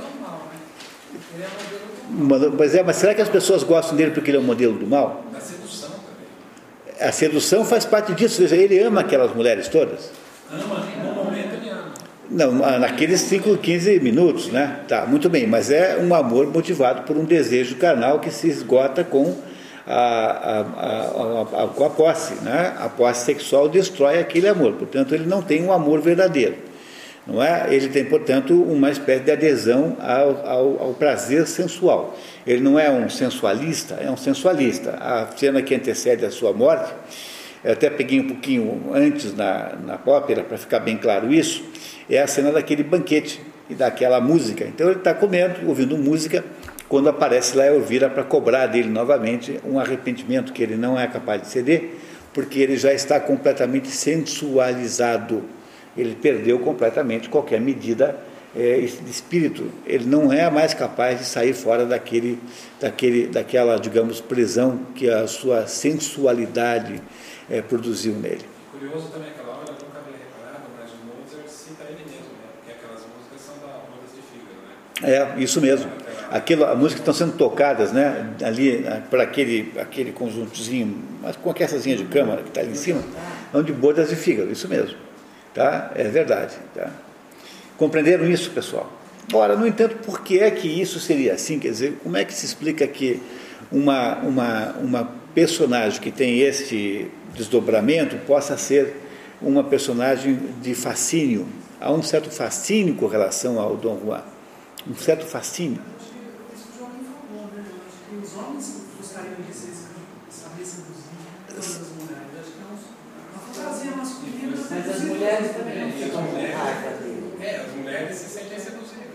Mas, é, mas será que as pessoas gostam dele porque ele é o modelo do mal? A sedução também. A sedução faz parte disso. Veja, ele ama aquelas mulheres todas. Ama, no momento ele ama. Não, naqueles cinco, quinze minutos, né? Tá, muito bem, mas é um amor motivado por um desejo carnal que se esgota com a, a, a, a, com a posse, né? A posse sexual destrói aquele amor, portanto ele não tem um amor verdadeiro, não é? Ele tem, portanto, uma espécie de adesão ao, ao, ao prazer sensual. Ele não é um sensualista, é um sensualista. A cena que antecede a sua morte, eu até peguei um pouquinho antes na, na ópera para ficar bem claro isso, é a cena daquele banquete e daquela música. Então ele está comendo, ouvindo música, quando aparece lá Elvira para cobrar dele novamente um arrependimento que ele não é capaz de ceder, porque ele já está completamente sensualizado. Ele perdeu completamente qualquer medida é, de espírito. Ele não é mais capaz de sair fora daquele, daquele, daquela, digamos, prisão que a sua sensualidade é, produziu nele. Curioso também aquela hora, eu nunca havia reparado, mas o Mozart cita ele mesmo, né? Porque aquelas músicas são da Bodas de Fígaro, né? É, isso mesmo. Aquilo, a música estão sendo tocadas, né, ali por aquele, aquele conjuntozinho, mas com aquela casinha de câmara que está ali em cima, são de Bodas de Fígaro, isso mesmo. Tá? É verdade. Tá? Compreenderam isso, pessoal? Ora, no entanto, por que é que isso seria assim? Quer dizer, como é que se explica que uma, uma, uma personagem que tem este desdobramento possa ser uma personagem de fascínio? Há um certo fascínio com relação ao Dom Juan. Um certo fascínio. Isso que o Joaquim falou, né? Eu acho que os homens gostariam de ser saber seduzir todas as mulheres. Acho que é uma fantasia masculina. Mas as mulheres também não ficam com raiva dele. É, as mulheres se sentem seduzidas.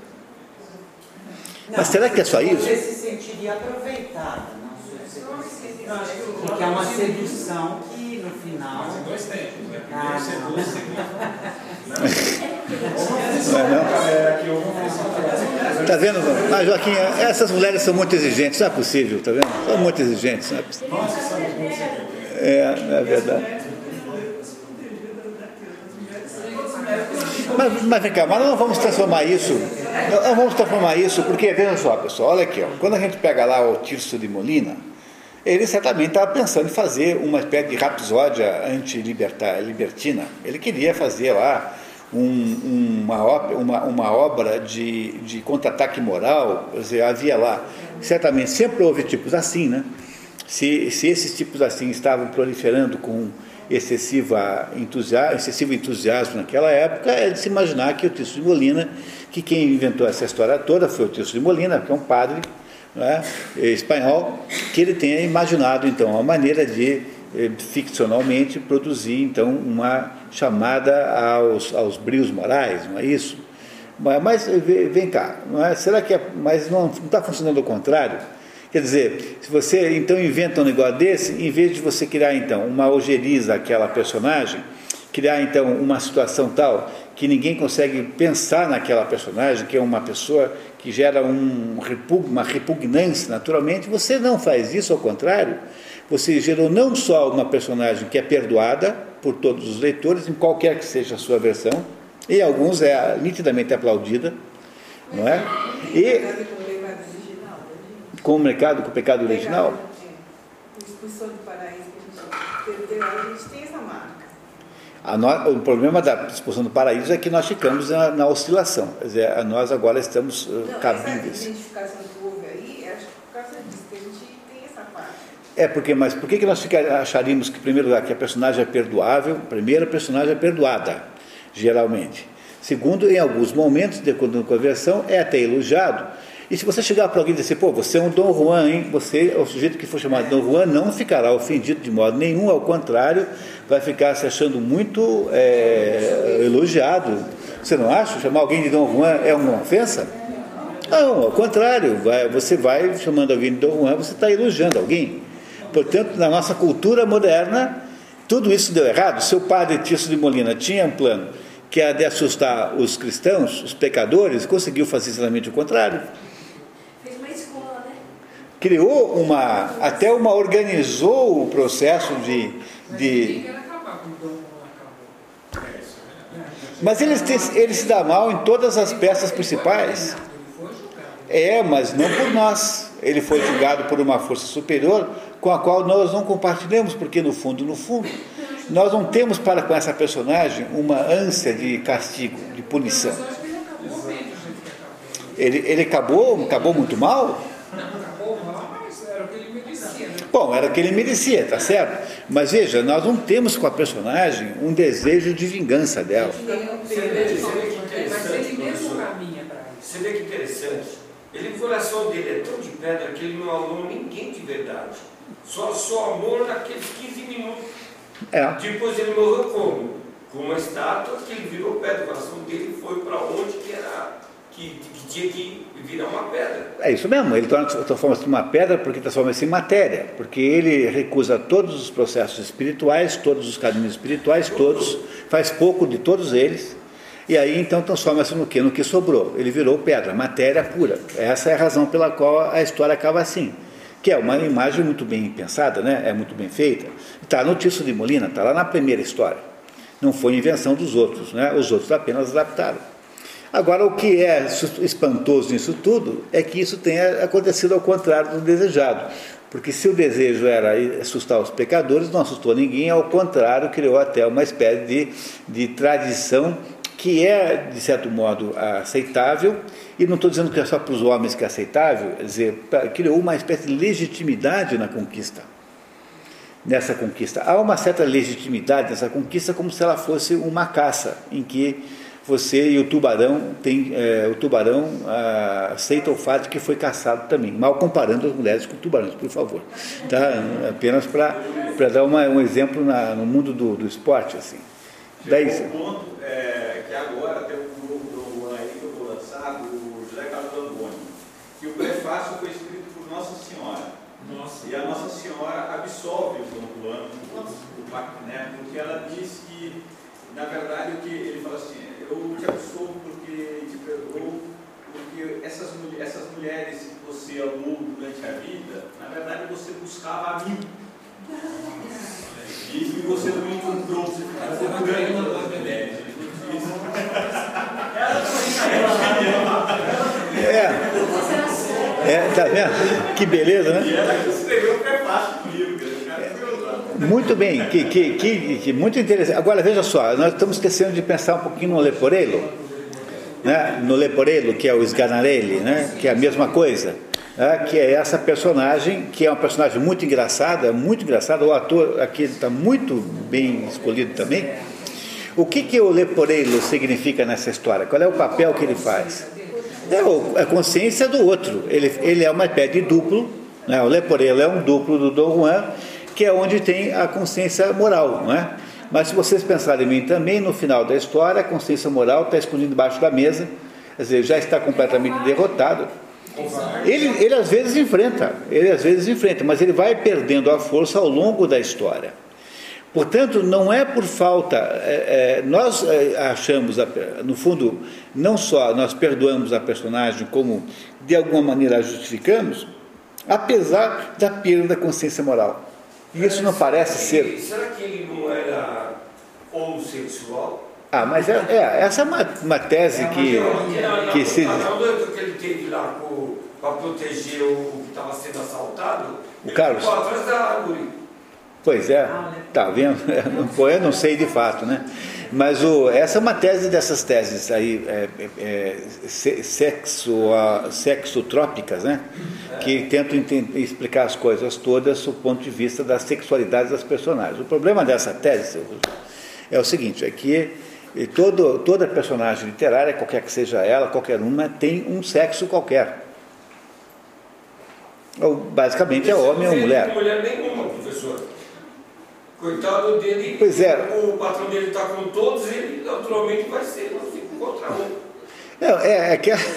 Mas será que é só isso? Você se sentiria aproveitada, não porque é uma sedução que no final. Mas em dois tempos, né? Ah, Primeiro não. seduz, segundo. Não é não? Está vendo? Ah, Joaquim, essas mulheres são muito exigentes, não é possível, está vendo? São muito exigentes, não é possível. Nós que somos muito exigentes. É, é verdade. Mas, mas vem cá, mas nós não vamos transformar isso, não vamos transformar isso, porque, veja só, pessoal, olha aqui, ó, quando a gente pega lá o Tirso de Molina, ele certamente estava pensando em fazer uma espécie de rapsódia anti-libertina. Ele queria fazer lá um, uma, ópera, uma, uma obra de, de contra-ataque moral, quer dizer, havia lá, certamente sempre houve tipos assim, né? Se, se esses tipos assim estavam proliferando com excessiva entusiasmo, excessivo entusiasmo naquela época, é de se imaginar que o Tirso de Molina, que quem inventou essa história toda foi o Tirso de Molina, que é um padre, não é, espanhol, que ele tenha imaginado então uma maneira de eh, ficcionalmente produzir então uma chamada aos, aos brios morais, não é isso? Mas, mas vem cá, não é? Será que é, mas não está funcionando ao contrário? Quer dizer, se você então inventa um negócio desse, em vez de você criar então uma ojeriza àquela personagem, criar então uma situação tal que ninguém consegue pensar naquela personagem, que é uma pessoa que gera um repug, uma repugnância naturalmente, você não faz isso, ao contrário, você gerou não só uma personagem que é perdoada por todos os leitores, em qualquer que seja a sua versão, Em alguns é nitidamente aplaudida, não é? E com o mercado, com o pecado original. Expulsão do paraíso que a gente perdeu, a gente tem essa marca. A no, o problema da expulsão do paraíso é que nós ficamos na, na oscilação. Quer dizer, a nós agora estamos uh, Não, cabíveis. Essa identificação que houve aí, acho que por causa disso, que a gente tem essa parte. É, porque, mas por que, que nós ficar, acharíamos que, em primeiro lugar, que a personagem é perdoável? Primeiro, a personagem é perdoada, geralmente. Segundo, em alguns momentos, de acordo com a conversão, é até elogiado. E se você chegar para alguém e dizer, pô, você é um Dom Juan, hein? Você, o sujeito que for chamado Dom Juan, não ficará ofendido de modo nenhum, ao contrário, vai ficar se achando muito é, elogiado. Você não acha? Chamar alguém de Dom Juan é uma ofensa? Não, ao contrário, vai, você vai chamando alguém de Dom Juan, você está elogiando alguém. Portanto, na nossa cultura moderna, tudo isso deu errado. Seu padre Tirso de Molina tinha um plano que era de assustar os cristãos, os pecadores, conseguiu fazer exatamente o contrário. Fez uma escola, né? Criou uma, até uma, organizou o processo de... de... Mas ele, ele se dá mal em todas as peças principais. É, mas não por nós. Ele foi julgado por uma força superior com a qual nós não compartilhamos, porque no fundo, no fundo, nós não temos para com essa personagem uma ânsia de castigo, de punição. Ele, ele acabou, acabou muito mal? Não, acabou mal, mas era o que ele merecia. Né? Bom, era o que ele merecia, tá certo? Mas veja, nós não temos com a personagem um desejo de vingança dela. Você vê, você vê que Mas ele mesmo interessante. caminha para isso. Você vê que interessante. Ele, o coração dele é tão de pedra que ele não amou ninguém de verdade. Só, só amor naqueles quinze minutos. É. Depois ele morreu como? Com uma estátua que ele virou pedra. O coração dele foi para onde que era, que, que tinha que virar uma pedra. É isso mesmo, ele transforma-se em uma pedra porque transforma-se em matéria, porque ele recusa todos os processos espirituais, todos os caminhos espirituais, todos, faz pouco de todos eles, e aí então transforma-se no que? No que sobrou. Ele virou pedra, matéria pura. Essa é a razão pela qual a história acaba assim. Que é uma imagem muito bem pensada, né? É muito bem feita. Está no Tirso de Molina, está lá na primeira história. Não foi invenção dos outros, né? Os outros apenas adaptaram. Agora, o que é espantoso nisso tudo é que isso tenha acontecido ao contrário do desejado. Porque se o desejo era assustar os pecadores, não assustou ninguém, ao contrário, criou até uma espécie de, de tradição que é, de certo modo, aceitável, e não estou dizendo que é só para os homens que é aceitável, quer dizer, criou uma espécie de legitimidade na conquista, nessa conquista. Há uma certa legitimidade nessa conquista, como se ela fosse uma caça, em que você e o tubarão, tem, é, o tubarão ah, aceita o fato de que foi caçado também, mal comparando as mulheres com tubarões, por favor. Tá? Apenas para dar uma, um exemplo na, no mundo do, do esporte, assim. Daí, um ponto é, que agora tem um novo Dom Juan aí que eu vou lançar, do José Carlos Amboni, que o prefácio foi escrito por Nossa Senhora. Nossa. E a Nossa Senhora absolve o Dom Juan, o, né, porque ela diz que, na verdade, o que ele fala assim, eu te absolvo porque te perdoo, porque essas, essas mulheres que você amou durante a vida, na verdade você buscava a mim. E você não encontrou, você ficava procurando as mulheres. É, é, tá vendo? Que beleza, né? E ela escreveu o prefácio do livro. Muito bem, que, que, que, que muito interessante. Agora veja só, nós estamos esquecendo de pensar um pouquinho no Leporello, né? No Leporello, que é o Sganarelli, né? Que é a mesma coisa. É, que é essa personagem, que é uma personagem muito engraçada, muito engraçada, o ator aqui está muito bem escolhido também. O que, que o Leporello significa nessa história? Qual é o papel que ele faz? É a consciência do outro, ele, ele é uma espécie de duplo, né? O Leporello é um duplo do Dom Juan, que é onde tem a consciência moral, não é? Mas se vocês pensarem bem também, no final da história, a consciência moral está escondida debaixo da mesa, quer dizer, já está completamente derrotado. Ele, ele às vezes enfrenta, ele às vezes enfrenta, mas ele vai perdendo a força ao longo da história. Portanto, não é por falta, é, é, nós é, achamos, no fundo, não só nós perdoamos a personagem, como de alguma maneira a justificamos, apesar da perda da consciência moral. E isso não parece ser... Será que ele não era homossexual? Ah, mas é, é, essa é uma, uma tese que, que se... Não, que ele teve lá para proteger o que estava sendo assaltado, o Carlos ficou atrás da árvore. Pois é, tá vendo? Eu não sei de fato, né? Mas o, essa é uma tese dessas teses aí, é, é, sexo, sexotrópicas, né? Que tentam entender, explicar as coisas todas do ponto de vista da sexualidade das personagens. O problema dessa tese é o seguinte, é que todo, toda personagem literária, qualquer que seja ela, qualquer uma, tem um sexo qualquer. Ou, basicamente é homem ou mulher. Não tem mulher nenhuma, professor. Coitado dele, pois é. O patrão dele está com todos, ele naturalmente vai ser um contra um. Não, é, é que é,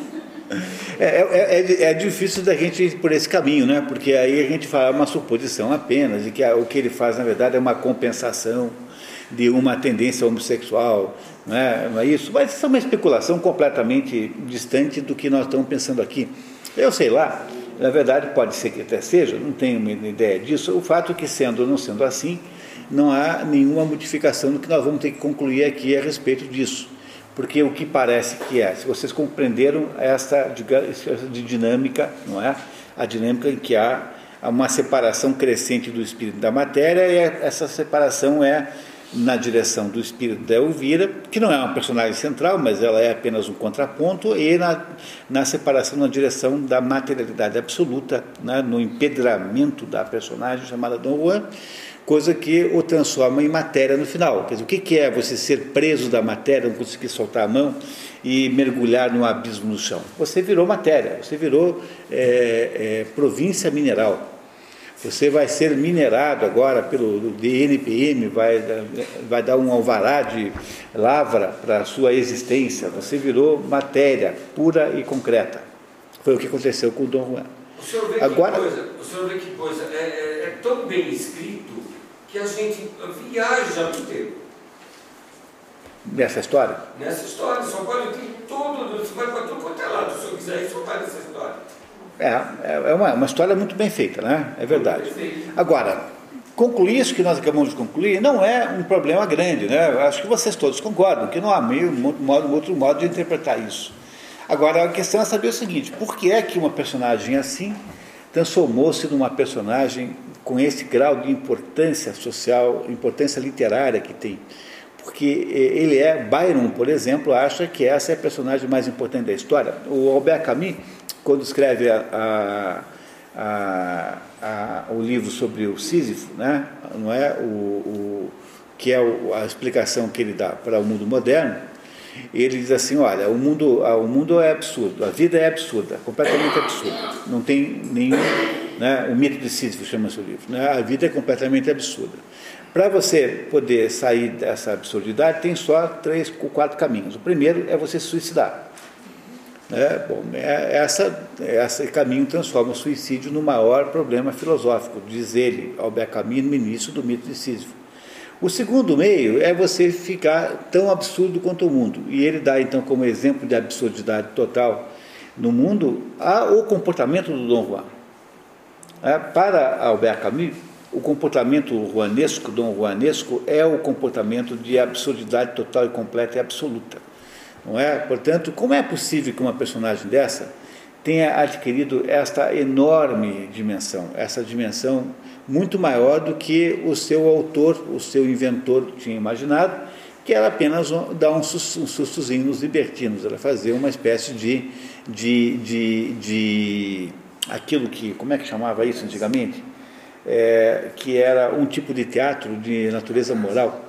é, é, é difícil da gente ir por esse caminho, né? Porque aí a gente fala uma suposição apenas, e que o que ele faz, na verdade, é uma compensação de uma tendência homossexual, né? Não é isso? Mas isso é uma especulação completamente distante do que nós estamos pensando aqui. Eu sei lá. Na verdade, pode ser que até seja, não tenho uma ideia disso. O fato é que, sendo ou não sendo assim, não há nenhuma modificação do que nós vamos ter que concluir aqui a respeito disso. Porque o que parece que é, se vocês compreenderam essa de dinâmica, não é? A dinâmica em que há uma separação crescente do espírito da matéria, e essa separação é na direção do espírito da Elvira, que não é uma personagem central, mas ela é apenas um contraponto, e na, na separação na direção da materialidade absoluta, né, no empedramento da personagem chamada Dom Juan, coisa que o transforma em matéria no final. Quer dizer, o que, que é você ser preso da matéria, não conseguir soltar a mão e mergulhar num abismo no chão? Você virou matéria, você virou é, é, província mineral. Você vai ser minerado agora pelo D N P M, vai, vai dar um alvará de lavra para a sua existência. Você virou matéria pura e concreta. Foi o que aconteceu com o Dom Juan. O senhor vê agora, que coisa, o senhor vê que coisa é, é, é tão bem escrito que a gente viaja no tempo. Nessa história? Nessa história, São Paulo tem todo, você vai para tudo quanto é lado, se o senhor quiser, isso vai nessa história. É, é uma, uma história muito bem feita, né? É verdade. Agora, concluir isso que nós acabamos de concluir não é um problema grande, né? Eu acho que vocês todos concordam que não há meio, modo, outro modo de interpretar isso. Agora, a questão é saber o seguinte, por que é que uma personagem assim transformou-se numa personagem com esse grau de importância social, importância literária que tem? Porque ele é, Byron, por exemplo, acha que essa é a personagem mais importante da história. O Albert Camus, quando escreve a, a, a, a, o livro sobre o Sísifo, né? Não é? o, o, que é o, a explicação que ele dá para o mundo moderno, ele diz assim, olha, o mundo, o mundo é absurdo, a vida é absurda, completamente absurda, não tem nenhum, né? O mito de Sísifo chama-se o livro, né? A vida é completamente absurda. Para você poder sair dessa absurdidade, tem só três ou quatro caminhos. O primeiro é você se suicidar. É, bom, é, essa, esse caminho transforma o suicídio no maior problema filosófico, diz ele, Albert Camus, no início do mito de Sísifo. O segundo meio é você ficar tão absurdo quanto o mundo. E ele dá, então, como exemplo de absurdidade total no mundo, a, o comportamento do Dom Juan. É, para Albert Camus, o comportamento juanesco, Dom Juanesco, é o comportamento de absurdidade total e completa e absoluta. Não é? Portanto, como é possível que uma personagem dessa tenha adquirido esta enorme dimensão, essa dimensão muito maior do que o seu autor, o seu inventor tinha imaginado, que era apenas dar um sustozinho nos libertinos, era fazer uma espécie de, de, de, de aquilo que, como é que chamava isso antigamente? É, que era um tipo de teatro de natureza moral.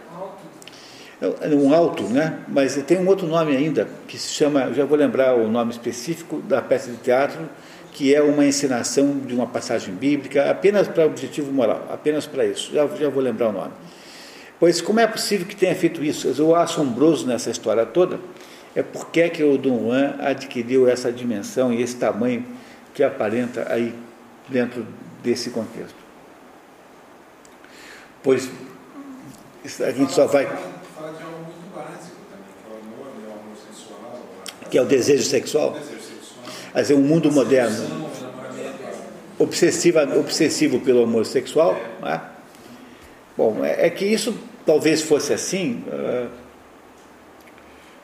Um alto, né? Mas tem um outro nome ainda, que se chama, já vou lembrar o nome específico da peça de teatro, que é uma encenação de uma passagem bíblica, apenas para objetivo moral, apenas para isso, já, já vou lembrar o nome. Pois como é possível que tenha feito isso? O assombroso nessa história toda é porque é que o Dom Juan adquiriu essa dimensão e esse tamanho que aparenta aí dentro desse contexto. Pois a gente só vai... Fala de algo muito básico também, que é o amor, né? O amor sensual. Que é o desejo sexual? O desejo sexual. Mas é um mundo moderno. Obsessiva, obsessivo pelo amor sexual. Né? Bom, é, é que isso talvez fosse assim, uh,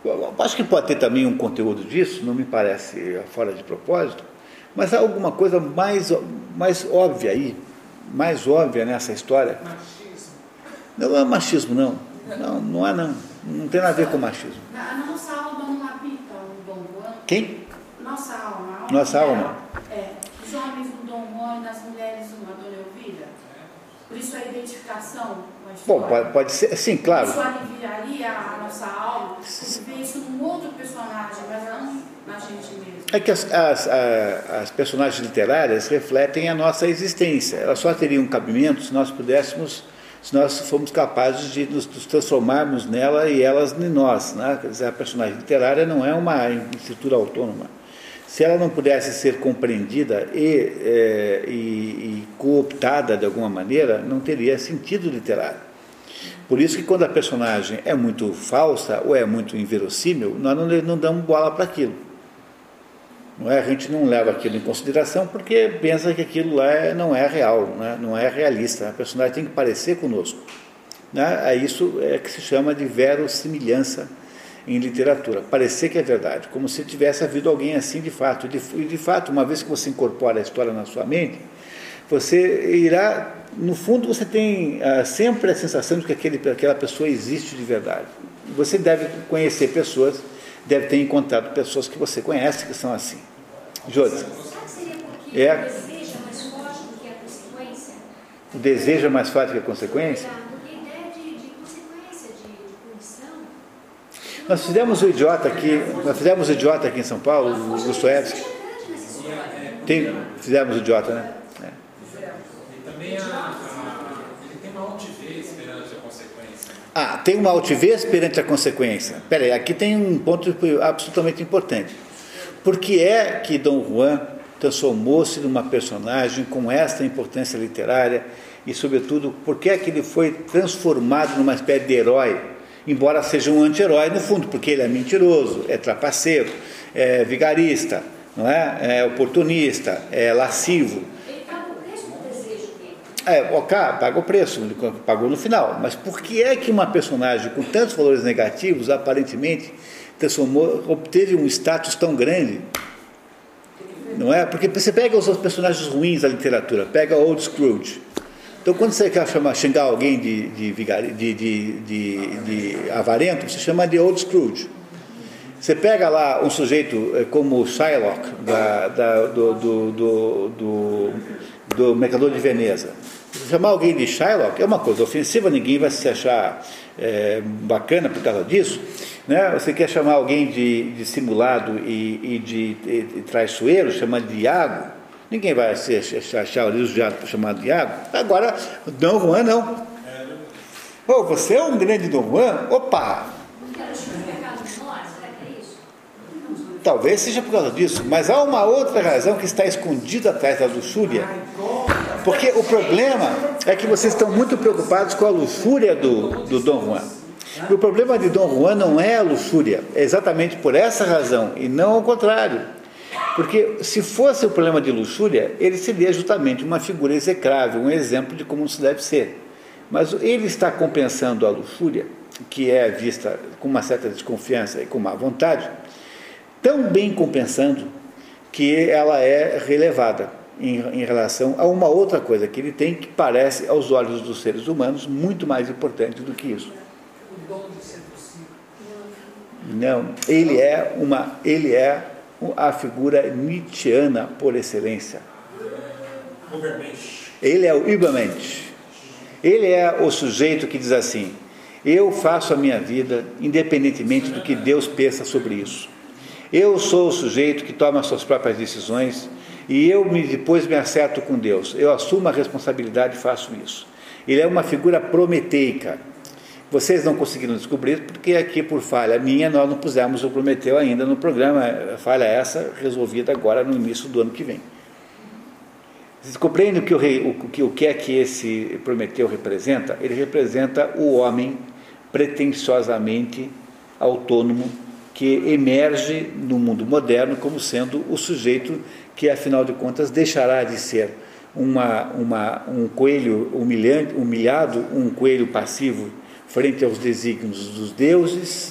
Eu acho que pode ter também um conteúdo disso, não me parece fora de propósito, mas há alguma coisa mais, mais óbvia aí, mais óbvia nessa história. Machismo. Não é machismo, não. Não, não é não. Não tem nada a ver com machismo. Na nossa alma não habita o Dom Juan. Quem? Nossa alma. A alma Nossa dela, alma. É. Os homens do Dom Juan e das mulheres uma Dona Elvira. Por isso a identificação com a história. Bom, pode, pode ser, sim, claro. Isso aliviaria a nossa alma, porque vê isso num outro personagem, mas não na gente mesmo. É que as, as, a- as personagens literárias refletem a nossa existência. Elas só teriam cabimento se nós pudéssemos, se nós formos capazes de nos, nos transformarmos nela e elas em nós, né? Quer dizer, a personagem literária não é uma estrutura autônoma. Se ela não pudesse ser compreendida e, é, e, e cooptada de alguma maneira, não teria sentido literário. Por isso que quando a personagem é muito falsa ou é muito inverossímil, nós não, não damos bola para aquilo. Não é? A gente não leva aquilo em consideração porque pensa que aquilo lá é, não é real, né? Não é realista. A personagem tem que parecer conosco. Né? É isso é que se chama de verossimilhança em literatura. Parecer que é verdade, como se tivesse havido alguém assim de fato. E de, de fato, uma vez que você incorpora a história na sua mente, você irá, no fundo, você tem ah, sempre a sensação de que aquele, aquela pessoa existe de verdade. Você deve conhecer pessoas, deve ter encontrado pessoas que você conhece que são assim. Josi. Será que seria porque É. o desejo é mais forte do que a consequência? O desejo é mais forte que a consequência? Porque a ideia de, de consequência, de, de punição. Nós fizemos o idiota aqui, nós fizemos o idiota aqui em São Paulo, o Dostoiévski. Tem, fizemos o idiota, né? É. E também a, a, ele tem uma altivez perante a consequência. Ah, tem uma altivez perante a consequência. Espera aí, aqui tem um ponto absolutamente importante. Por que é que Dom Juan transformou-se numa personagem com esta importância literária e, sobretudo, por que é que ele foi transformado numa espécie de herói, embora seja um anti-herói no fundo, porque ele é mentiroso, é trapaceiro, é vigarista, não é? É oportunista, é lascivo. Ele paga o preço do desejo dele. É, ok, paga o preço, ele pagou no final. Mas por que é que uma personagem com tantos valores negativos, aparentemente, transformou, obteve um status tão grande? Não é? Porque você pega os outros personagens ruins da literatura, pega Old Scrooge. Então, quando você quer chamar, xingar alguém de, de, vigari, de, de, de, de avarento, você chama de Old Scrooge. Você pega lá um sujeito como o Shylock, da, da, do, do, do, do, do Mercador de Veneza. Chamar alguém de Shylock é uma coisa ofensiva, ninguém vai se achar é, bacana por causa disso. Né? Você quer chamar alguém de, de simulado e, e de e, e traiçoeiro, chamando de Iago, ninguém vai se achar lisonjeado por chamar de Iago. Agora, Dom Juan não. Oh, você é um grande Dom Juan? Opa! Talvez seja por causa disso, mas há uma outra razão que está escondida atrás da luxúria. Porque o problema é que vocês estão muito preocupados com a luxúria do, do Dom Juan. E o problema de Dom Juan não é a luxúria, é exatamente por essa razão, e não ao contrário. Porque se fosse o problema de luxúria, ele seria justamente uma figura execrável, um exemplo de como se deve ser. Mas ele está compensando a luxúria, que é vista com uma certa desconfiança e com má vontade, tão bem compensando que ela é relevada em, em relação a uma outra coisa que ele tem que parece, aos olhos dos seres humanos, muito mais importante do que isso. O dom de ser possível. Não, ele é, uma, ele é a figura nietzschiana por excelência. Ele é o Übermensch. Ele é o sujeito que diz assim: eu faço a minha vida independentemente do que Deus pensa sobre isso. Eu sou o sujeito que toma as suas próprias decisões e eu me, depois me acerto com Deus. Eu assumo a responsabilidade e faço isso. Ele é uma figura prometeica. Vocês não conseguiram descobrir porque aqui, por falha minha, nós não pusemos o Prometeu ainda no programa. A falha essa resolvida agora no início do ano que vem. Vocês compreendem o que, o, o, o que é que esse Prometeu representa? Ele representa o homem pretensiosamente autônomo que emerge no mundo moderno como sendo o sujeito que, afinal de contas, deixará de ser uma, uma, um coelho humilhante, humilhado, um coelho passivo frente aos desígnios dos deuses,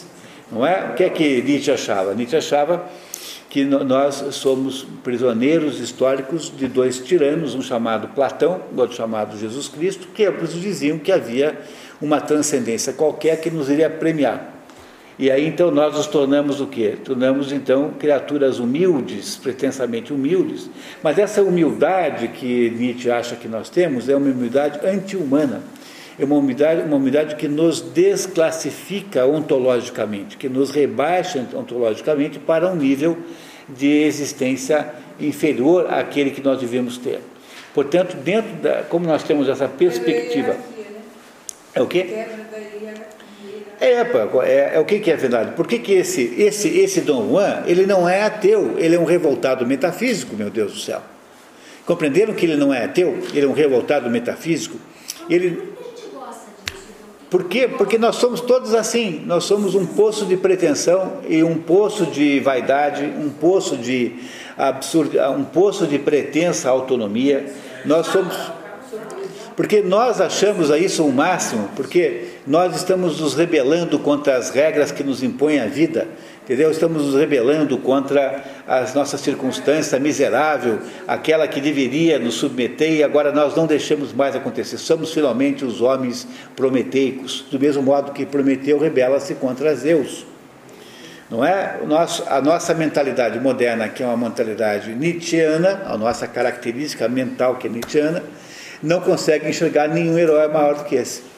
Não é? O que é que Nietzsche achava? Nietzsche achava que nós somos prisioneiros históricos de dois tiranos, um chamado Platão, outro chamado Jesus Cristo, que ambos diziam que havia uma transcendência qualquer que nos iria premiar. E aí então nós nos tornamos o quê? Tornamos então criaturas humildes, pretensamente humildes, mas essa humildade que Nietzsche acha que nós temos é uma humildade anti-humana, é uma humildade, uma humildade que nos desclassifica ontologicamente, que nos rebaixa ontologicamente para um nível de existência inferior àquele que nós devemos ter. Portanto, dentro da, como nós temos essa perspectiva, é o quê? É, é, é o que, que é verdade? Por que, que esse, esse, esse Dom Juan, ele não é ateu, ele é um revoltado metafísico, meu Deus do céu. Compreenderam que ele não é ateu? Ele é um revoltado metafísico? Ele... Por quê? Porque nós somos todos assim, nós somos um poço de pretensão e um poço de vaidade, um poço de absurdo, um poço de pretensa autonomia. Nós somos... Porque nós achamos a isso o máximo, porque nós estamos nos rebelando contra as regras que nos impõem a vida, entendeu? Estamos nos rebelando contra as nossas circunstâncias miserável, aquela que deveria nos submeter e agora nós não deixamos mais acontecer. Somos finalmente os homens prometeicos, do mesmo modo que Prometeu rebela-se contra Zeus. Não é? O nosso, a nossa mentalidade moderna, que é uma mentalidade nietzschiana, a nossa característica mental que é nietzschiana, não consegue enxergar nenhum herói maior do que esse.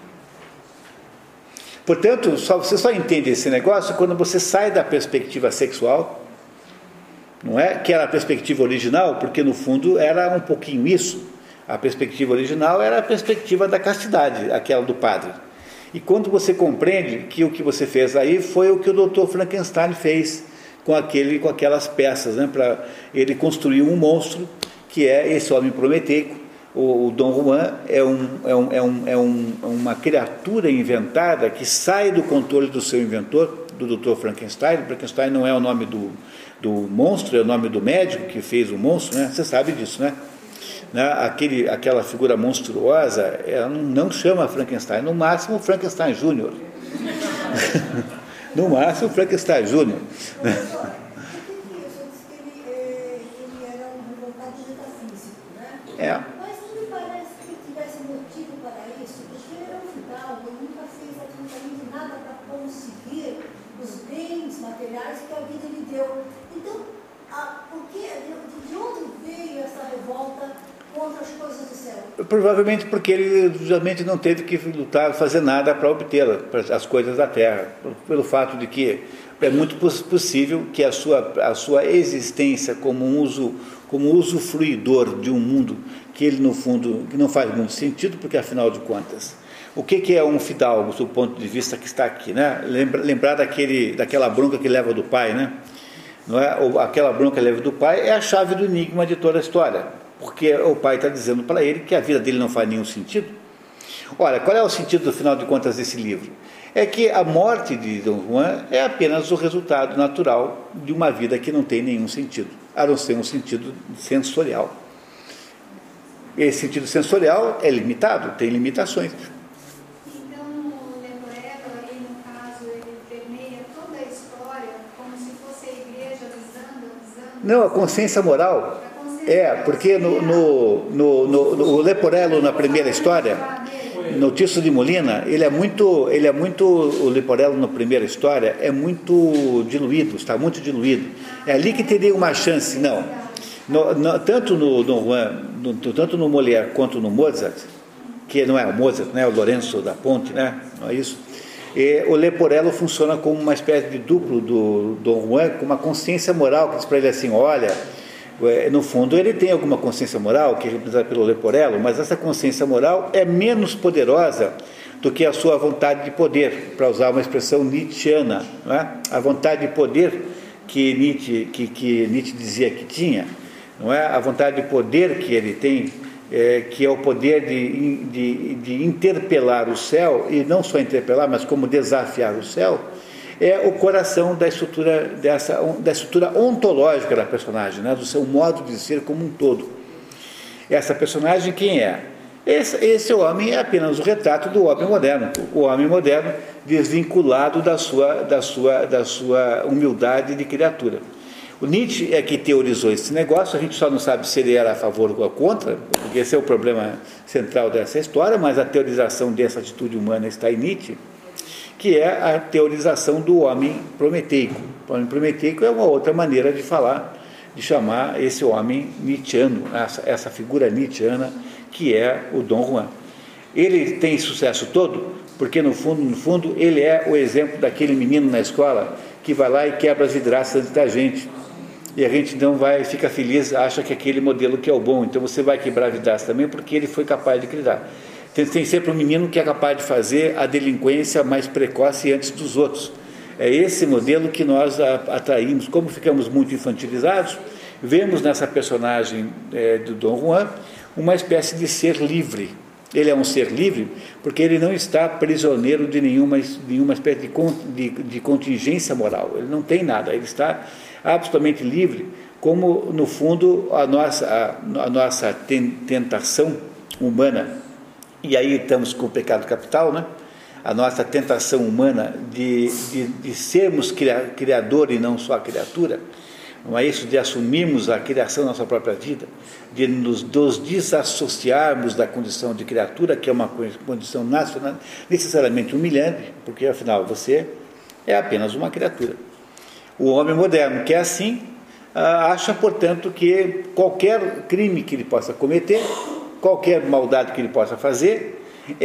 Portanto, só, você só entende esse negócio quando você sai da perspectiva sexual, não é? Que era a perspectiva original, porque no fundo era um pouquinho isso. A perspectiva original era a perspectiva da castidade, aquela do padre. E quando você compreende que o que você fez aí foi o que o doutor Frankenstein fez com, aquele, com aquelas peças, né? Para ele construir um monstro que é esse homem prometeico. O, o Dom Juan é, um, é, um, é, um, é um, uma criatura inventada que sai do controle do seu inventor, do doutor Frankenstein. Frankenstein não é o nome do, do monstro, é o nome do médico que fez o monstro, né? Você sabe disso, né? Aquele, aquela figura monstruosa, ela não chama Frankenstein, no máximo Frankenstein Júnior. No máximo Frankenstein Júnior. É. Mas não me parece que tivesse motivo para isso, porque ele era um fidalgo, ele nunca fez absolutamente nada para conseguir os bens materiais que a vida lhe deu. Então, a, o que, de, de onde veio essa revolta contra as coisas do céu? Provavelmente porque ele justamente não teve que lutar, fazer nada para obtê-la, as coisas da terra, pelo fato de que é muito possível que a sua, a sua existência como um uso como usufruidor de um mundo que ele, no fundo, que não faz muito sentido, porque, afinal de contas, o que, que é um fidalgo, do ponto de vista que está aqui, né? Lembra, lembrar daquele, daquela bronca que leva do pai, né? Não é? Ou aquela bronca que leva do pai é a chave do enigma de toda a história, porque o pai está dizendo para ele que a vida dele não faz nenhum sentido. Olha, qual é o sentido, no final de contas, desse livro? É que a morte de Dom Juan é apenas o resultado natural de uma vida que não tem nenhum sentido, a não ser um sentido sensorial. Esse sentido sensorial é limitado, tem limitações. Então, o Leporello, aí no caso, ele permeia toda a história como se fosse a igreja avisando, avisando... Não, a consciência moral. A consciência é, porque no, no, no, no, no, o Leporello, na primeira história... No Tirso de Molina, ele é muito, ele é muito, o Leporello na primeira história é muito diluído, está muito diluído. É ali que teria uma chance, não. No, no, tanto no, no, no, tanto no Molière quanto no Mozart, que não é o Mozart, né, o Lourenço da Ponte, né, não é isso? E o Leporello funciona como uma espécie de duplo do Dom Juan, com uma consciência moral que diz para ele assim, olha... No fundo, ele tem alguma consciência moral, que é representada pelo Leporello, mas essa consciência moral é menos poderosa do que a sua vontade de poder, para usar uma expressão nietzschiana, não é? A vontade de poder que Nietzsche, que, que Nietzsche dizia que tinha, não é? A vontade de poder que ele tem, é, que é o poder de, de, de interpelar o céu, e não só interpelar, mas como desafiar o céu, é o coração da estrutura, dessa, da estrutura ontológica da personagem, né? Do seu modo de ser como um todo. Essa personagem quem é? Esse, esse homem é apenas o retrato do homem moderno, o homem moderno desvinculado da sua, da sua, da sua humildade de criatura. O Nietzsche é que teorizou esse negócio, a gente só não sabe se ele era a favor ou contra, porque esse é o problema central dessa história, mas a teorização dessa atitude humana está em Nietzsche, que é a teorização do homem prometeico. O homem prometeico é uma outra maneira de falar, de chamar esse homem nietzscheano, essa, essa figura nietzscheana que é o Dom Juan. Ele tem sucesso todo porque, no fundo, no fundo, ele é o exemplo daquele menino na escola que vai lá e quebra as vidraças da gente. E a gente não vai, fica feliz, acha que aquele modelo que é o bom, então você vai quebrar a vidraça também porque ele foi capaz de criar. Tem, tem sempre um menino que é capaz de fazer a delinquência mais precoce antes dos outros. É esse modelo que nós atraímos. Como ficamos muito infantilizados, vemos nessa personagem é, do Dom Juan uma espécie de ser livre. Ele é um ser livre porque ele não está prisioneiro de nenhuma, nenhuma espécie de, de, de contingência moral. Ele não tem nada, ele está absolutamente livre, como no fundo a nossa, a, a nossa tentação humana, e aí estamos com o pecado capital, né? A nossa tentação humana de, de, de sermos criador e não só criatura, não é isso? De assumirmos a criação da nossa própria vida, de nos, nos desassociarmos da condição de criatura, que é uma condição nacional, necessariamente humilhante, porque afinal você é apenas uma criatura. O homem moderno, que é assim, acha, portanto, que qualquer crime que ele possa cometer, qualquer maldade que ele possa fazer,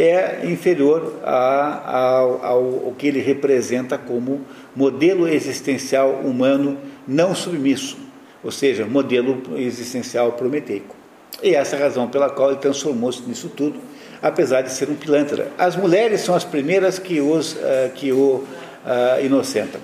é inferior a, a, ao, ao que ele representa como modelo existencial humano não submisso, ou seja, modelo existencial prometeico. E essa é a razão pela qual ele transformou-se nisso tudo, apesar de ser um pilantra. As mulheres são as primeiras que, os, uh, que o uh, inocentam.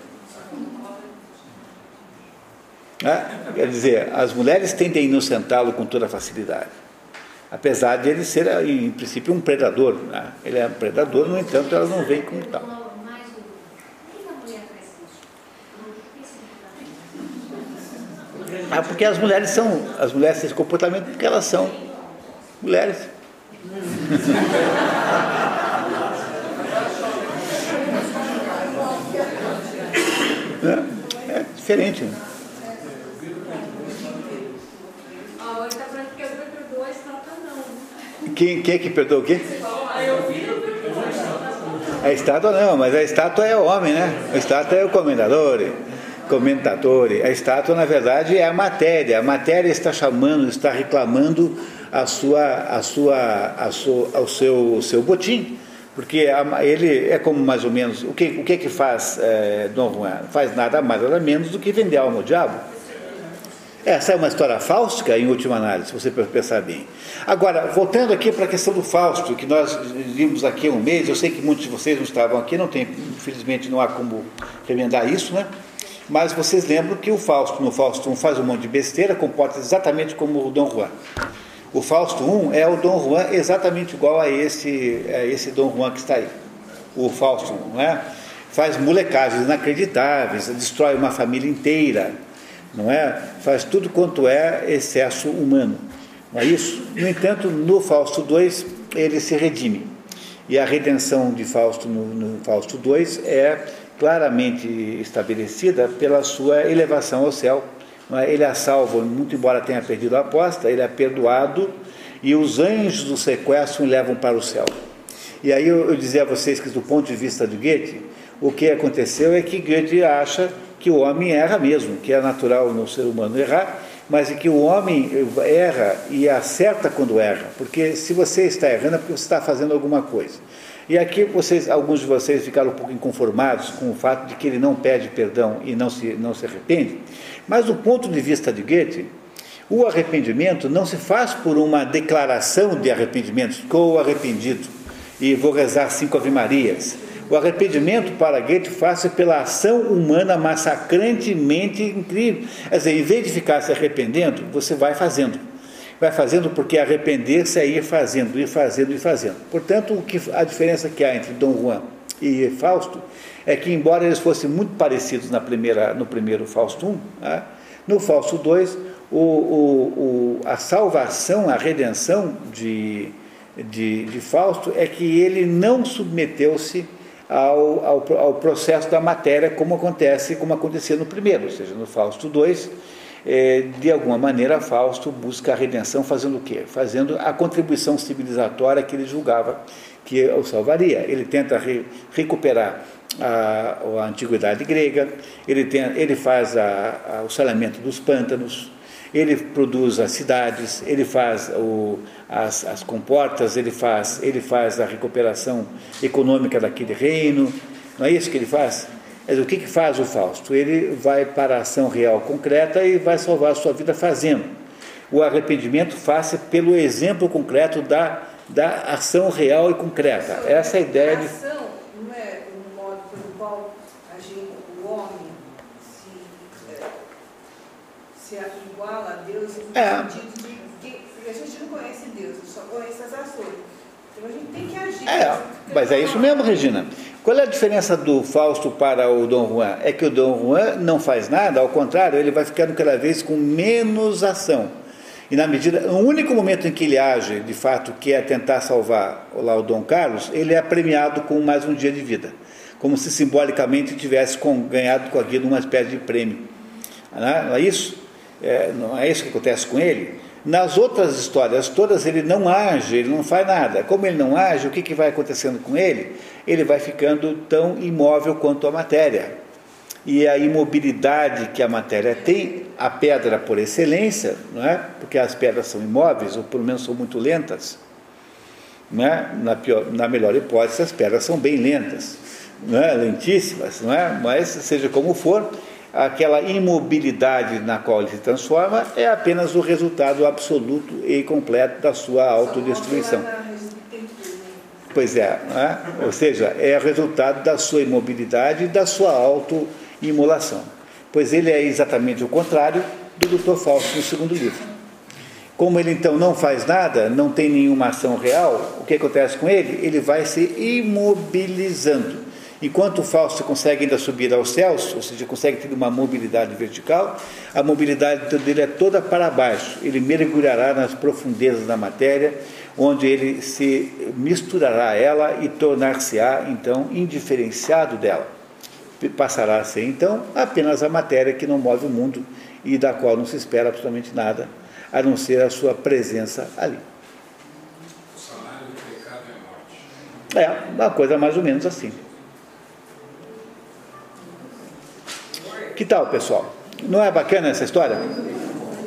Ah, quer dizer, as mulheres tendem a inocentá-lo com toda facilidade, apesar de ele ser, em princípio, um predador, né? Ele é um predador, no entanto, ela não vem como tal. Ah, porque as mulheres são, as mulheres têm esse comportamento porque elas são mulheres. É, é diferente, né? Quem, quem é que perdoa o quê? A estátua não, mas a estátua é o homem, né? A estátua é o comendador, comentador. A estátua, na verdade, é a matéria. A matéria está chamando, está reclamando a sua, a sua, a sua, ao seu, seu botim, porque ele é como mais ou menos o que o que, que faz é, Dom Juan? Faz nada mais nada menos do que vender alma ao diabo. Essa é uma história fáustica, em última análise, se você pensar bem. Agora, voltando aqui para a questão do Fausto, que nós vimos aqui há um mês, eu sei que muitos de vocês não estavam aqui, não tem, infelizmente não há como remendar isso, né? Mas vocês lembram que o Fausto, no Fausto um, faz um monte de besteira, comporta exatamente como o Dom Juan. O Fausto um é o Dom Juan exatamente igual a esse, a esse Dom Juan que está aí. O Fausto um, não é? Faz molecagens inacreditáveis, destrói uma família inteira, não é? Faz tudo quanto é excesso humano, não é isso? No entanto, no Fausto dois ele se redime, e a redenção de Fausto no, no Fausto dois é claramente estabelecida pela sua elevação ao céu, não é? Ele é salvo, muito embora tenha perdido a aposta, ele é perdoado, e os anjos do sequestro o levam para o céu. E aí eu, eu dizia a vocês que, do ponto de vista de Goethe, o que aconteceu é que Goethe acha que o homem erra mesmo, que é natural no ser humano errar, mas que o homem erra e acerta quando erra, porque se você está errando é porque você está fazendo alguma coisa. E aqui vocês, alguns de vocês ficaram um pouco inconformados com o fato de que ele não pede perdão e não se, não se arrepende, mas do ponto de vista de Goethe, o arrependimento não se faz por uma declaração de arrependimento, estou arrependido e vou rezar cinco Ave-Marias. O arrependimento para Goethe faz-se pela ação humana massacrantemente incrível. Quer dizer, em vez de ficar se arrependendo, você vai fazendo. Vai fazendo porque arrepender-se é ir fazendo, ir fazendo, ir fazendo. Portanto, o que, a diferença que há entre Dom Juan e Fausto é que, embora eles fossem muito parecidos na primeira, no primeiro Fausto um, né, no Fausto dois, o, o, o, a salvação, a redenção de, de, de Fausto é que ele não submeteu-se ao, ao, ao processo da matéria como acontece, como acontecia no primeiro, ou seja, no Fausto dois, é, de alguma maneira Fausto busca a redenção fazendo o quê? Fazendo a contribuição civilizatória que ele julgava que o salvaria. Ele tenta re, recuperar a, a antiguidade grega, ele, tem, ele faz a, a, o saneamento dos pântanos, ele produz as cidades, ele faz o, as, as comportas, ele faz, ele faz a recuperação econômica daquele reino. Não é isso que ele faz? Mas o que, que faz o Fausto? Ele vai para a ação real concreta e vai salvar a sua vida fazendo. O arrependimento faz pelo exemplo concreto da, da ação real e concreta. Essa é a ideia de... A ação não é um modo pelo qual a gente, o homem se, é, se iguala a Deus no É. sentido de que porque a gente não conhece Deus, só conhece as ações. Então a gente tem que agir. É, mas é isso mesmo, Regina. Qual é a diferença do Fausto para o Dom Juan? É que o Dom Juan não faz nada, ao contrário, ele vai ficando cada vez com menos ação. E na medida, no único momento em que ele age, de fato, que é tentar salvar lá o Dom Carlos, ele é premiado com mais um dia de vida, como se simbolicamente tivesse com, ganhado com aquilo uma espécie de prêmio. Não é, não é isso? É, não é isso que acontece com ele? Nas outras histórias todas ele não age, ele não faz nada. Como ele não age, o que, que vai acontecendo com ele? Ele vai ficando tão imóvel quanto a matéria. E a imobilidade que a matéria tem, a pedra por excelência, não é? Porque as pedras são imóveis, ou pelo menos são muito lentas. Não é? na, pior, na melhor hipótese, as pedras são bem lentas, não é? Lentíssimas, não é? Mas seja como for, aquela imobilidade na qual ele se transforma é apenas o resultado absoluto e completo da sua autodestruição. Pois é, não é? Ou seja, é o resultado da sua imobilidade e da sua autoimolação. Pois ele é exatamente o contrário do doutor Fausto no segundo livro. Como ele então não faz nada, não tem nenhuma ação real, o que acontece com ele? Ele vai se imobilizando. Enquanto o Fausto consegue ainda subir aos céus, ou seja, consegue ter uma mobilidade vertical, a mobilidade dele é toda para baixo. Ele mergulhará nas profundezas da matéria, onde ele se misturará a ela e tornar-se-á, então, indiferenciado dela. Passará a ser, então, apenas a matéria que não move o mundo e da qual não se espera absolutamente nada, a não ser a sua presença ali. O salário do pecado é a morte. É, uma coisa mais ou menos assim. Que tal, pessoal? Não é bacana essa história?